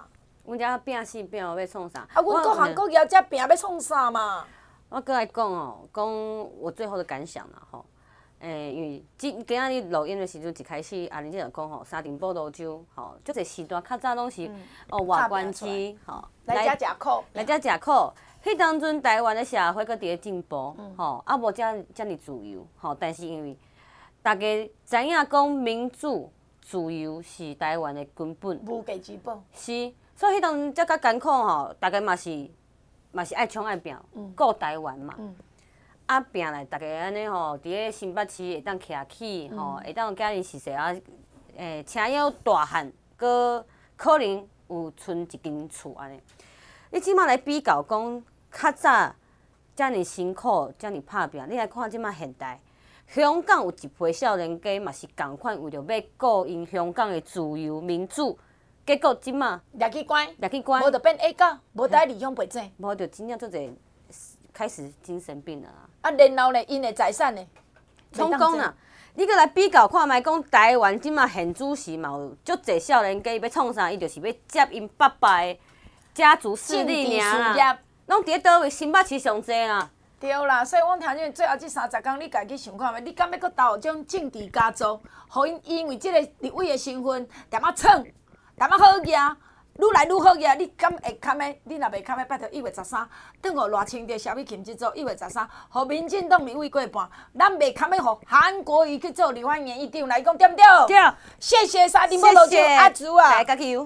阮遮拼死拼活要创啥？ 啊，阮各行各业遮拼要创啥嘛？ 我搁来讲哦，讲我最后的感想啦吼。诶，因为今今仔日录音的时阵，一开始阿玲姐就讲吼，沙丁报道酒吼，足侪时段较早拢是、嗯、哦外关机吼， 来遮食苦， 来遮食苦。迄当阵台湾的社会搁伫咧进步，吼、嗯，啊无遮遮尔自由，吼，但是因为大家知影讲民主自由是台湾的根本， 无价之宝。 是，所以迄当阵遮较艰苦吼，大家嘛是嘛是爱冲爱拼，顾台湾嘛。嗯啊，拼来，大家安尼吼，伫咧新北市会当徛起，吼、嗯，会当家己是说啊，诶，车友大汉，搁可能有剩一间厝安尼。你即马来比较讲，较早遮尔辛苦，遮尔拍拼，你来看即马现代，香港有一批少年家嘛是共款，为着要顾因香港的自由民主，结果即马掠去关， 掠去关， 无就变 A 狗，无得离乡背井， 无就真正做者开始精神病了啊！ 啊，然后呢，因的财产呢， 充公啦！你搁来比较看卖，讲台湾即马现主时嘛有足侪少年家，伊要创啥？伊就是要接因爸爸的家族势力尔啦。拢伫咧倒位？新北市上济啦。 对啦，所以我听见最后这三十天，你家己想看觅，你敢要搁投种政治家族，互因因为即个立委的身份，踮啊闯，踮啊好嘢。愈来愈好个，你敢会堪的？你若袂堪的，拜托一月十三，等互赖清德、萧美琴去做一月十三，互民进党立委过半，咱袂堪的，互韩国瑜去做立法院议长来讲，对不对？ 对。 谢谢沙丁波罗酒阿朱啊！ 加油！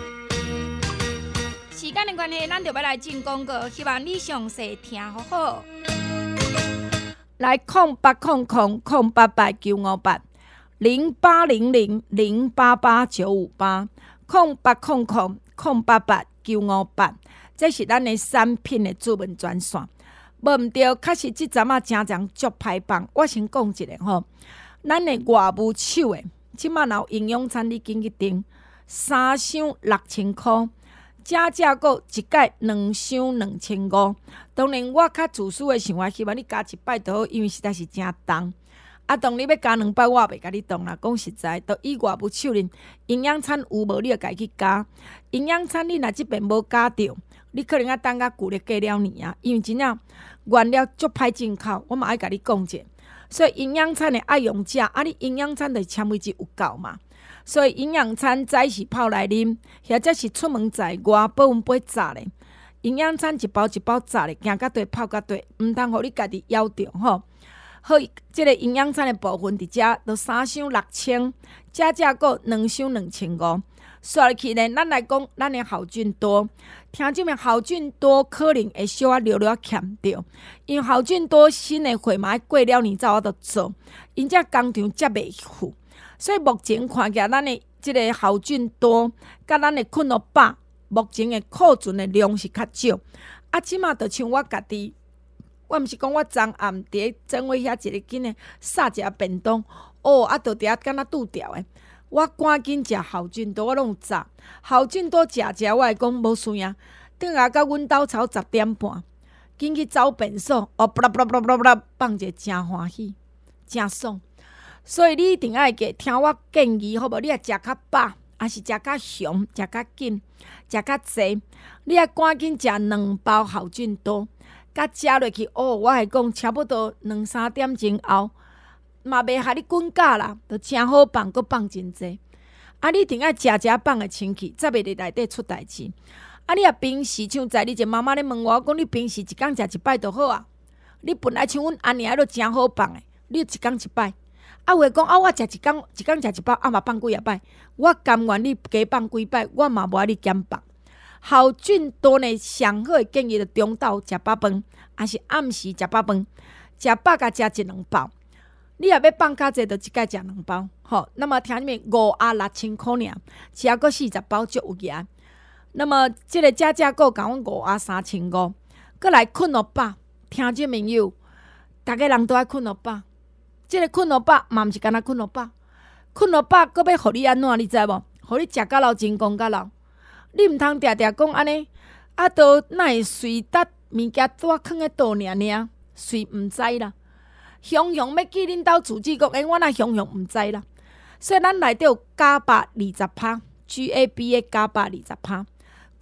时间的关系，咱就要来进广告，希望你详细听好好。 来空八空空空八八九五八零八零零零八八九五八。空八空空空八八九五八，这是咱的产品的主文专线。无毋对，确实即阵啊真正足歹放。我先讲一个吼，咱的外务手的，即马若有营养餐，你紧去订，三箱六千箍，加价购一届两箱两千五。当然，我较自私的想法，希望你加一摆就好，因为实在是真重。啊，当你要加两摆，我也袂甲你动啦。讲实在，都以外务手人营养餐有无，你就家去加。营养餐你若即边无加着，你可能要等甲旧历过了年啊。因为真正原料足歹进口，我嘛爱甲你讲者。所以营养餐的爱用食，啊，你营养餐的纤维质有够嘛。所以营养餐早是泡来啉，或者是出门在外保温杯炸咧。营养餐一包一包炸咧，行到地泡到地，毋通互你家己枵着吼。好，即个营养餐的部分伫遮，都三箱六千，加价购两箱两千五。刷入去呢，咱来讲，咱的好菌多，听即面好菌多可能会小啊略略欠着，因为好菌多新的货嘛过了年才我都做，因遮工厂接袂赴，所以目前看起来，咱的即个好菌多，甲咱的困乐百，目前的库存的量是较少。啊，即马就像我家己。我毋是讲我昨暗伫咧整位遐一个紧诶杀一下便当，哦，啊，就伫遐敢若拄着诶。我赶紧食好菌多，我拢有炸好菌多食食，我会讲无需要。等下到阮兜超十点半，紧去走便所，哦，布拉布拉布拉布拉放者真欢喜，真爽。所以你一定爱记听我建议，好无？你也食较饱，还是食较详，食较紧，食较济，你也赶紧食两包好菌多。甲食落去，哦，我会讲差不多两三点钟后，嘛袂害你滚假啦，都真好放，阁放真济。啊，你一定爱食食放的清气，才袂伫内底出代志。啊，你若平时像在你一妈妈咧问我，讲你平时一工食一摆就好啊。你本来像阮安尼啊，都真好放的，你一工一摆。啊，话讲啊，我食一工一工食一包，啊嘛放几啊摆，我甘愿你加放几摆，我嘛无爱你减放。好菌多呢，上好的建议就中昼食饱饭，还是暗时食饱饭，食饱甲食一两包。你若要放较济，就一摆食两包。吼，那么听你们五啊六千箍尔，吃还阁四十包足有牙。那么即个加价购甲阮五啊三千五，阁来困乐饱，听众朋友，逐个人都爱困乐饱。即个困乐饱嘛毋是干那困乐饱，困乐饱阁要互你安怎，你知无？互你食到老，真讲到老。你毋通定定讲安尼，啊，都哪会随搭物件多囥咧倒尔尔，随毋知啦。雄雄要记恁兜自己讲，诶，我若雄雄毋知啦。所以咱内底有甲百二十趴 ，G A B 的甲百二十趴，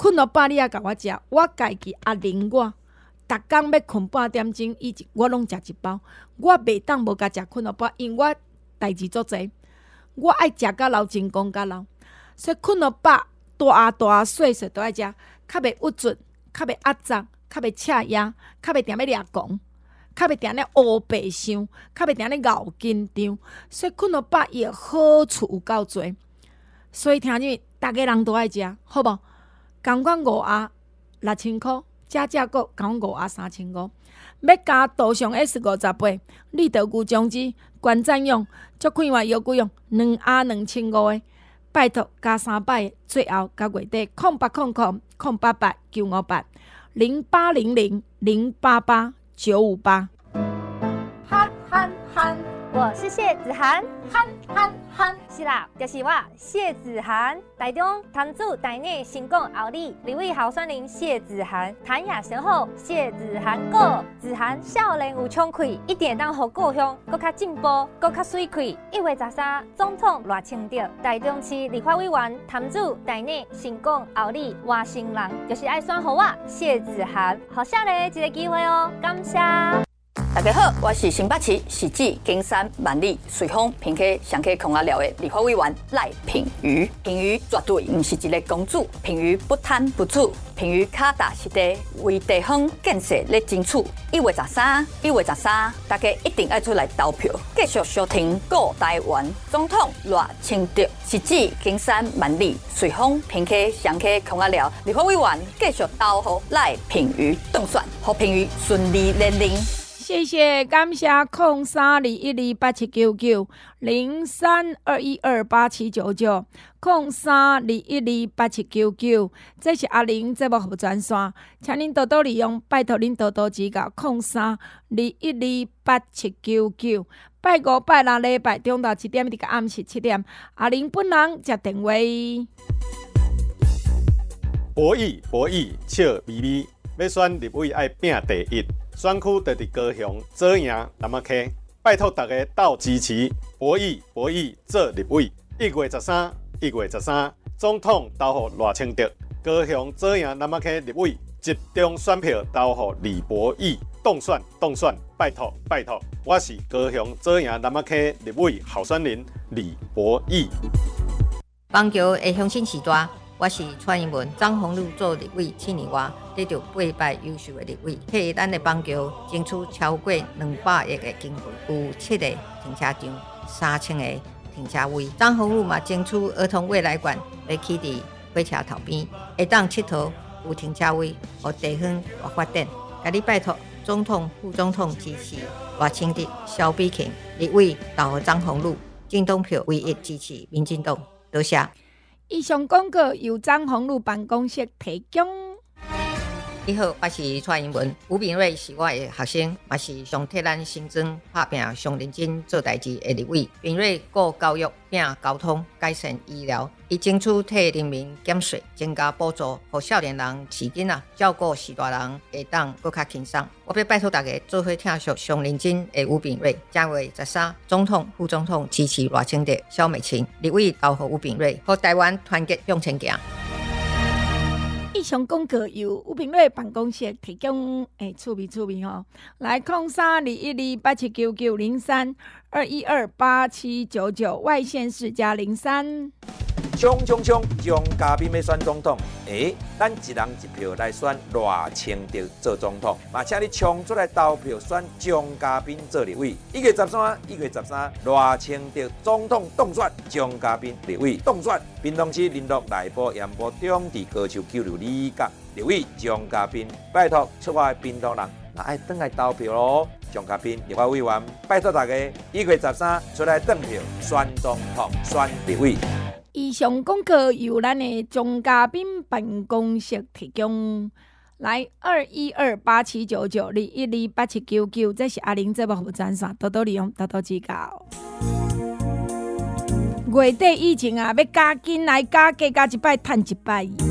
困到饱你也甲我食，我家己阿玲我，逐工要困半点钟，以前我拢食一包，我袂当无甲食困到饱，因为我代志足济，我爱食甲老，真讲甲老，所以困到饱，大大细细都爱食，较袂郁卒，较袂压胀，较袂赤压，较袂定要掠狂。较袂定咧乌白相，较袂定咧咬紧张，所以困到饱伊的好处有够多。所以听见逐个人都爱食，好无？共款五盒六千箍，加价购共五盒三千五。要加杜尚 S 五十八，立德牛姜汁、关赞用、足快活腰骨用，两盒两千五的，拜托加三百，最后加月底空八空空空八八九五八零八零零零八八。九五八， 憨憨憨，我是谢子涵，憨憨憨，是啦，就是我谢子涵。台中潭子台内成功后里，立委候选人谢子涵，谈也雄厚，谢子涵过，子涵少年有冲气，一定当互故乡搁较进步，搁较水气。一月十三，总统赖清德，台中市立法委员潭子台内成功后里外省人，就是爱选互我谢子涵，好少年一个机会哦，感谢。 大家好，我是新北市市长金山万里随风平溪上溪空阿寮的立法委员赖品妤。品妤绝对不是一个公主，品妤不贪不醋，品妤脚踏实地为地方建设咧争取。一月十三，一月十三，大家一定要出来投票，继续收听顾台湾总统赖清德。市长金山万里随风平溪上溪空阿寮立法委员继续投予赖品妤当选，让品妤顺利连任。 谢谢，感谢空三二一二八七九九零三二一二八七九九空三二一二八七九九，这是阿玲节目服专线，请您多多利用，拜托您多多指教。空三二一二八七九九，拜五拜六礼拜中昼一点到暗时七点，阿玲本人接电话。 博弈博弈笑眯眯，要选立委爱拼第一。选区就伫高雄，做赢南仔溪，拜托大家斗支持，博弈博弈做立委。一月十三，一月十三，总统投予赖清德，高雄做赢南仔溪立委，集中选票投予李博弈，当选当选，拜托拜托，我是高雄做赢南仔溪立委候选人李博弈。 棒球的乡亲时代。我是蔡英文，张宏禄做立委七年外，得到八摆优秀的立委，替咱的棒球争取超过两百亿的经费，有七个停车场、三千个停车位。张宏禄嘛争取儿童未来馆要起伫火车头边，会当佚佗有停车位，互地方来发展。甲你拜托总统、副总统支持赖清德、萧美琴立委投张宏禄，政党票唯一支持民进党。多谢。 以上广告由张宏禄办公室提供。 你好，我是蔡英文。吴秉瑞是我的学生，也是上替咱新庄拍拼、上认真做代志的立委。秉瑞顾教育、拼交通、改善医疗，伊争取替人民减税、增加补助，让少年人饲囡仔、照顾士大人会当更较轻松。我要拜托大家做伙听续上认真的吴秉瑞。正月十三，总统、副总统支持赖清德、萧美琴，立委投予吴秉瑞，让台湾团结向前行。 以上广告由吴秉瑞办公室提供，诶，趣味趣味吼，来空三二一二八七九九零三二一二八七九九外县市加零三。 冲冲冲！张嘉宾要选总统，诶，咱一人一票来选赖清德做总统，嘛，请你冲出来投票选张嘉宾做立委。一月十三，一月十三，赖清德总统当选，张嘉宾立委当选。屏东市林鹿内埔盐埔中地高球九六里角立委张嘉宾，拜托出外屏东人，那爱转来投票咯。张嘉宾立法委员，拜托大家一月十三出来投票选总统、选立委。 以上广告由咱的张嘉宾办公室提供，来二一二八七九九二一二八七九九，这是阿玲节目服务专线，多多利用，多多指教。月底以前啊，要加紧来加价，加一摆赚一摆。